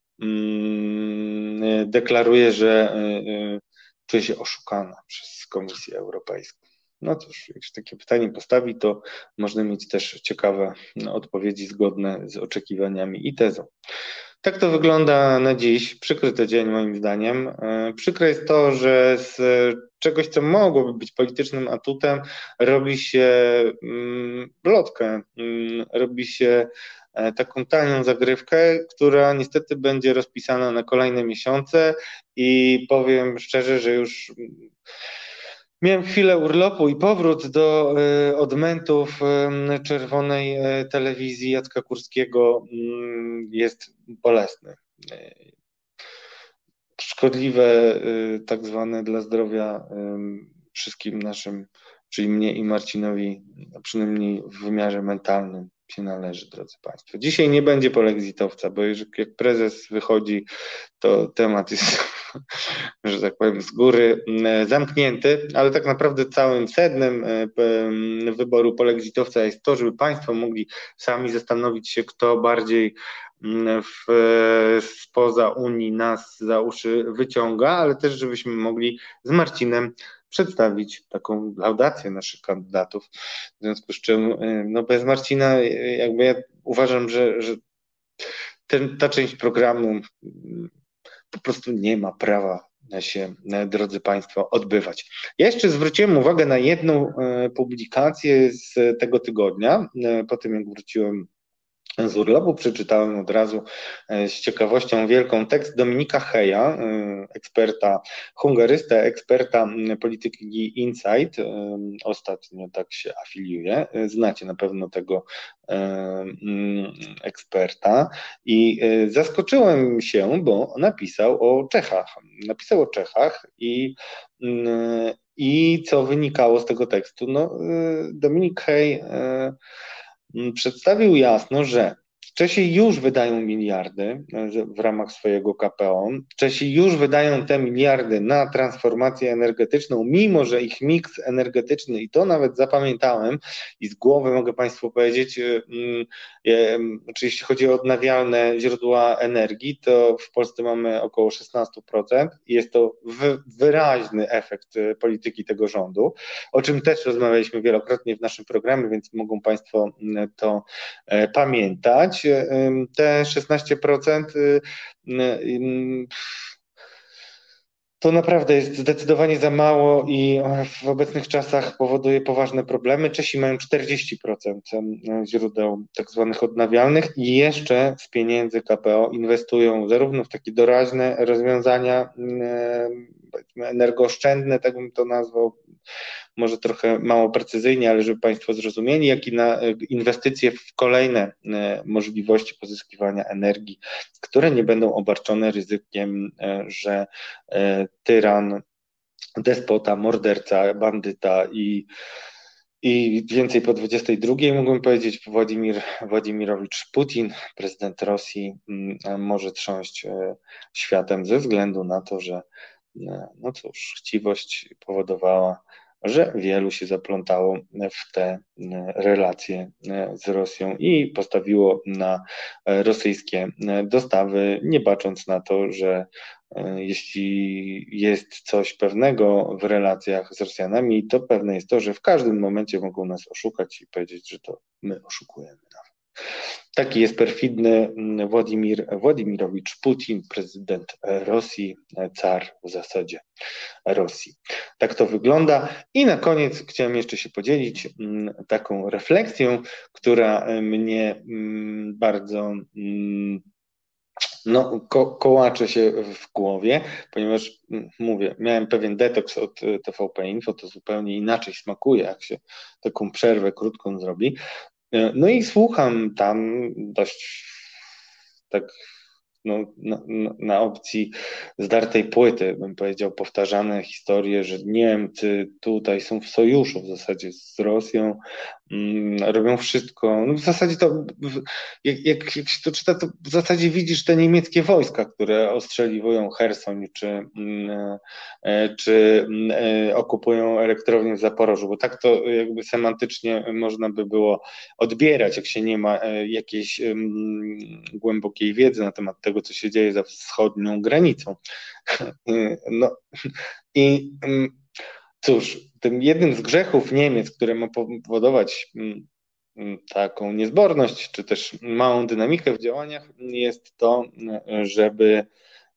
[SPEAKER 1] deklaruje, że czuje się oszukana przez Komisję Europejską. No cóż, jak się takie pytanie postawi, to można mieć też ciekawe odpowiedzi zgodne z oczekiwaniami i tezą. Tak to wygląda na dziś. Przykry to dzień moim zdaniem. Przykre jest to, że z czegoś, co mogłoby być politycznym atutem, robi się plotkę, robi się taką tanią zagrywkę, która niestety będzie rozpisana na kolejne miesiące i powiem szczerze, że już miałem chwilę urlopu i powrót do y, odmętów y, czerwonej y, telewizji Jacka Kurskiego y, jest bolesny. Y, szkodliwe, y, tak zwane dla zdrowia y, wszystkim naszym, czyli mnie i Marcinowi, przynajmniej w wymiarze mentalnym się należy, drodzy Państwo. Dzisiaj nie będzie polexitowca, bo jak prezes wychodzi, to temat jest, że tak powiem, z góry zamknięty, ale tak naprawdę całym sednem wyboru polexitowca jest to, żeby Państwo mogli sami zastanowić się, kto bardziej w, spoza Unii nas za uszy wyciąga, ale też żebyśmy mogli z Marcinem przedstawić taką laudację naszych kandydatów, w związku z czym no bez Marcina jakby ja uważam, że, że ten, ta część programu po prostu nie ma prawa się, drodzy Państwo, odbywać. Ja jeszcze zwróciłem uwagę na jedną publikację z tego tygodnia, po tym jak wróciłem z urlopu, przeczytałem od razu z ciekawością wielką tekst Dominika Heja, eksperta, hungarysta, eksperta polityki Insight, ostatnio tak się afiliuje, znacie na pewno tego eksperta i zaskoczyłem się, bo napisał o Czechach, napisał o Czechach i i co wynikało z tego tekstu? No, Dominik Hej przedstawił jasno, że Czesi już wydają miliardy w ramach swojego K P O. Czesi już wydają te miliardy na transformację energetyczną, mimo że ich miks energetyczny, i to nawet zapamiętałem i z głowy mogę Państwu powiedzieć, oczywiście chodzi o odnawialne źródła energii, to w Polsce mamy około szesnaście procent i jest to wyraźny efekt polityki tego rządu, o czym też rozmawialiśmy wielokrotnie w naszym programie, więc mogą Państwo to pamiętać. Te szesnaście procent to naprawdę jest zdecydowanie za mało i w obecnych czasach powoduje poważne problemy. Czesi mają czterdzieści procent źródeł tak zwanych odnawialnych i jeszcze z pieniędzy K P O inwestują zarówno w takie doraźne rozwiązania energooszczędne, tak bym to nazwał, może trochę mało precyzyjnie, ale żeby Państwo zrozumieli, jak i na inwestycje w kolejne możliwości pozyskiwania energii, które nie będą obarczone ryzykiem, że tyran, despota, morderca, bandyta i, i więcej po dwudziestej drugiej mógłbym powiedzieć, Władimir Władimirowicz Putin, prezydent Rosji, może trząść światem ze względu na to, że no cóż, chciwość powodowała, że wielu się zaplątało w te relacje z Rosją i postawiło na rosyjskie dostawy, nie bacząc na to, że jeśli jest coś pewnego w relacjach z Rosjanami, to pewne jest to, że w każdym momencie mogą nas oszukać i powiedzieć, że to my oszukujemy nawet. Taki jest perfidny Władimir Władimirowicz Putin, prezydent Rosji, car w zasadzie Rosji. Tak to wygląda. I na koniec chciałem jeszcze się podzielić taką refleksją, która mnie bardzo no, ko kołacze się w głowie, ponieważ mówię, miałem pewien detoks od T V P Info, to zupełnie inaczej smakuje, jak się taką przerwę krótką zrobi. No i słucham tam dość tak no, na, na opcji zdartej płyty, bym powiedział, powtarzane historie, że Niemcy tutaj są w sojuszu w zasadzie z Rosją, mm, robią wszystko. No w zasadzie to, jak, jak, jak się to czyta, to w zasadzie widzisz te niemieckie wojska, które ostrzeliwują Cherson, czy, mm, czy mm, okupują elektrownię w Zaporożu, bo tak to jakby semantycznie można by było odbierać, jak się nie ma jakiejś mm, głębokiej wiedzy na temat tego, co się dzieje za wschodnią granicą. No i cóż, tym jednym z grzechów Niemiec, które ma powodować taką niezborność, czy też małą dynamikę w działaniach, jest to, żeby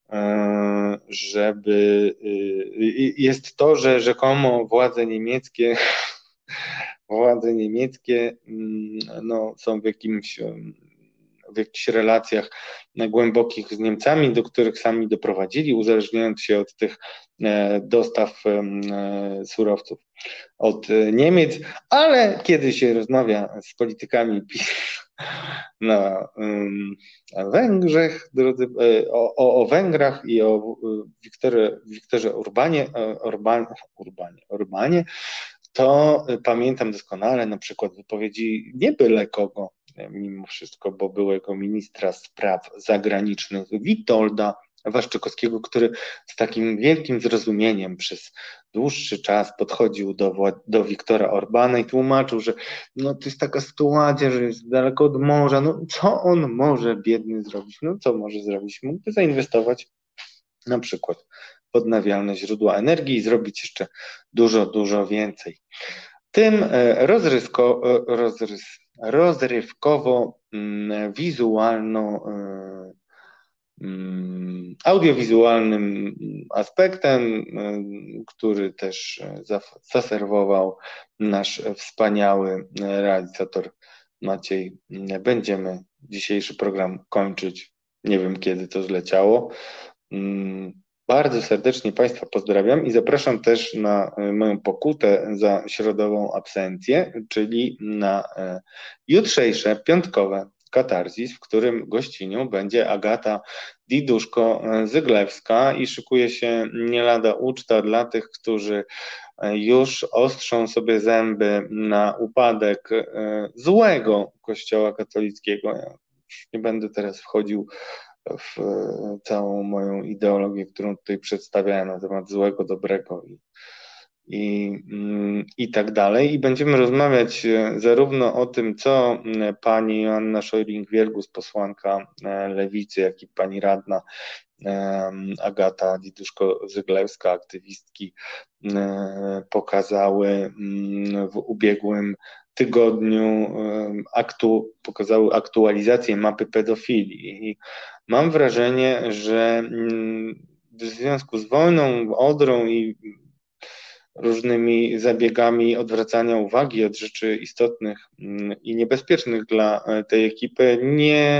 [SPEAKER 1] żeby jest to, że rzekomo władze niemieckie władze niemieckie no, są w jakimś w jakichś relacjach głębokich z Niemcami, do których sami doprowadzili, uzależniając się od tych dostaw surowców od Niemiec, ale kiedy się rozmawia z politykami na Węgrzech, drodzy, o, o, o Węgrach i o Wiktorze, Wiktorze Orbanie, Orbanie, Urbanie, Orbanie, to pamiętam doskonale na przykład wypowiedzi nie byle kogo, mimo wszystko, bo byłego ministra spraw zagranicznych Witolda Waszczykowskiego, który z takim wielkim zrozumieniem przez dłuższy czas podchodził do, do Wiktora Orbana i tłumaczył, że no to jest taka sytuacja, że jest daleko od morza, no co on może biedny zrobić, no co może zrobić, mógłby zainwestować na przykład w odnawialne źródła energii i zrobić jeszcze dużo, dużo więcej. Tym rozrysko, rozrys, rozrywkowo-wizualno audiowizualnym aspektem, który też zaserwował nasz wspaniały realizator Maciej. Będziemy dzisiejszy program kończyć. Nie wiem, kiedy to zleciało. Bardzo serdecznie Państwa pozdrawiam i zapraszam też na moją pokutę za środową absencję, czyli na jutrzejsze, piątkowe Katarzis, w którym gościnią będzie Agata Diduszko-Zyglewska i szykuje się nie lada uczta dla tych, którzy już ostrzą sobie zęby na upadek złego Kościoła katolickiego. Ja już nie będę teraz wchodził w całą moją ideologię, którą tutaj przedstawiałem na temat złego, dobrego i, i, i tak dalej. I będziemy rozmawiać zarówno o tym, co pani Joanna Scheuring-Wielgus, posłanka Lewicy, jak i pani radna Agata Diduszko-Zyglewska, aktywistki, pokazały w ubiegłym tygodniu, aktu, pokazały aktualizację mapy pedofilii. I mam wrażenie, że w związku z wojną, odrą i różnymi zabiegami odwracania uwagi od rzeczy istotnych i niebezpiecznych dla tej ekipy nie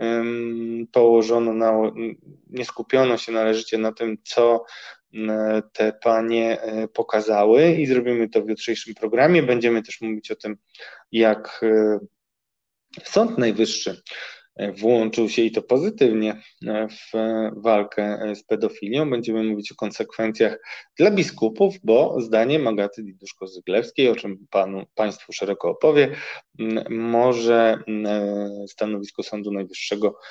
[SPEAKER 1] położono na, nie skupiono się należycie na tym, co te panie pokazały, i zrobimy to w jutrzejszym programie. Będziemy też mówić o tym, jak Sąd Najwyższy włączył się, i to pozytywnie, w walkę z pedofilią. Będziemy mówić o konsekwencjach dla biskupów, bo zdaniem Agaty Diduszko-Zyglewskiej, o czym panu, państwu szeroko opowie, może stanowisko Sądu Najwyższego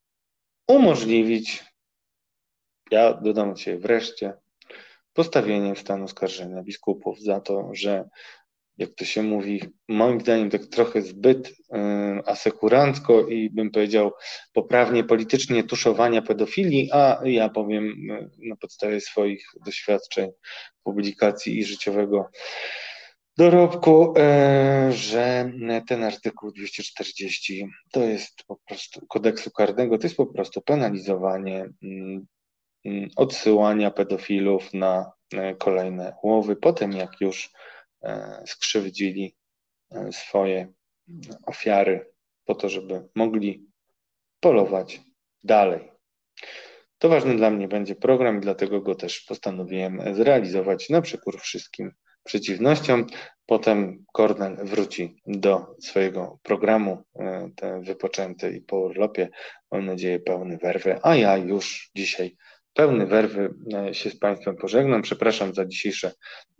[SPEAKER 1] umożliwić, ja dodam od siebie wreszcie, postawienie w stan oskarżenia biskupów za to, że, jak to się mówi, moim zdaniem tak trochę zbyt y, asekurancko i bym powiedział poprawnie politycznie tuszowania pedofilii, a ja powiem y, na podstawie swoich doświadczeń, publikacji i życiowego dorobku, y, że ten artykuł dwieście czterdzieści to jest po prostu kodeksu karnego, to jest po prostu penalizowanie y, odsyłania pedofilów na kolejne łowy, po tym jak już skrzywdzili swoje ofiary, po to, żeby mogli polować dalej. To ważny dla mnie będzie program i dlatego go też postanowiłem zrealizować na przekór wszystkim przeciwnościom. Potem Kornel wróci do swojego programu, ten wypoczęty i po urlopie, mam nadzieję pełny werwy, a ja już dzisiaj pełny werwy się z Państwem pożegnam. Przepraszam za dzisiejsze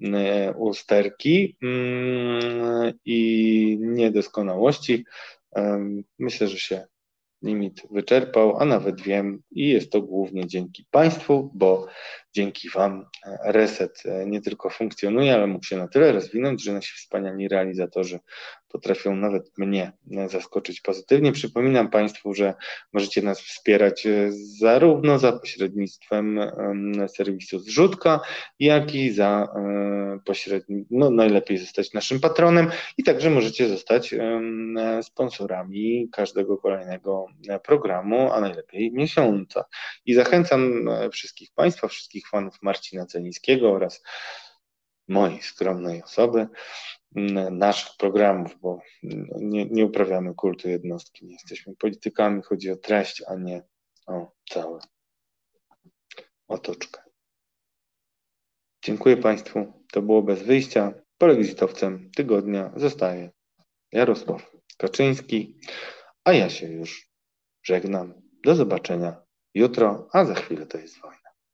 [SPEAKER 1] usterki i niedoskonałości. Myślę, że się limit wyczerpał, a nawet wiem, i jest to głównie dzięki Państwu, bo dzięki Wam Reset nie tylko funkcjonuje, ale mógł się na tyle rozwinąć, że nasi wspaniali realizatorzy potrafią nawet mnie zaskoczyć pozytywnie. Przypominam Państwu, że możecie nas wspierać zarówno za pośrednictwem serwisu Zrzutka, jak i za pośrednictwem, no najlepiej zostać naszym patronem, i także możecie zostać sponsorami każdego kolejnego programu, a najlepiej miesiąca. I zachęcam wszystkich Państwa, wszystkich fanów Marcina Celińskiego oraz mojej skromnej osoby, naszych programów, bo nie, nie uprawiamy kultu jednostki, nie jesteśmy politykami, chodzi o treść, a nie o całą otoczkę. Dziękuję Państwu, to było Bez Wyjścia. Polexitowcem tygodnia zostaje Jarosław Kaczyński, a ja się już żegnam. Do zobaczenia jutro, a za chwilę to jest wojna.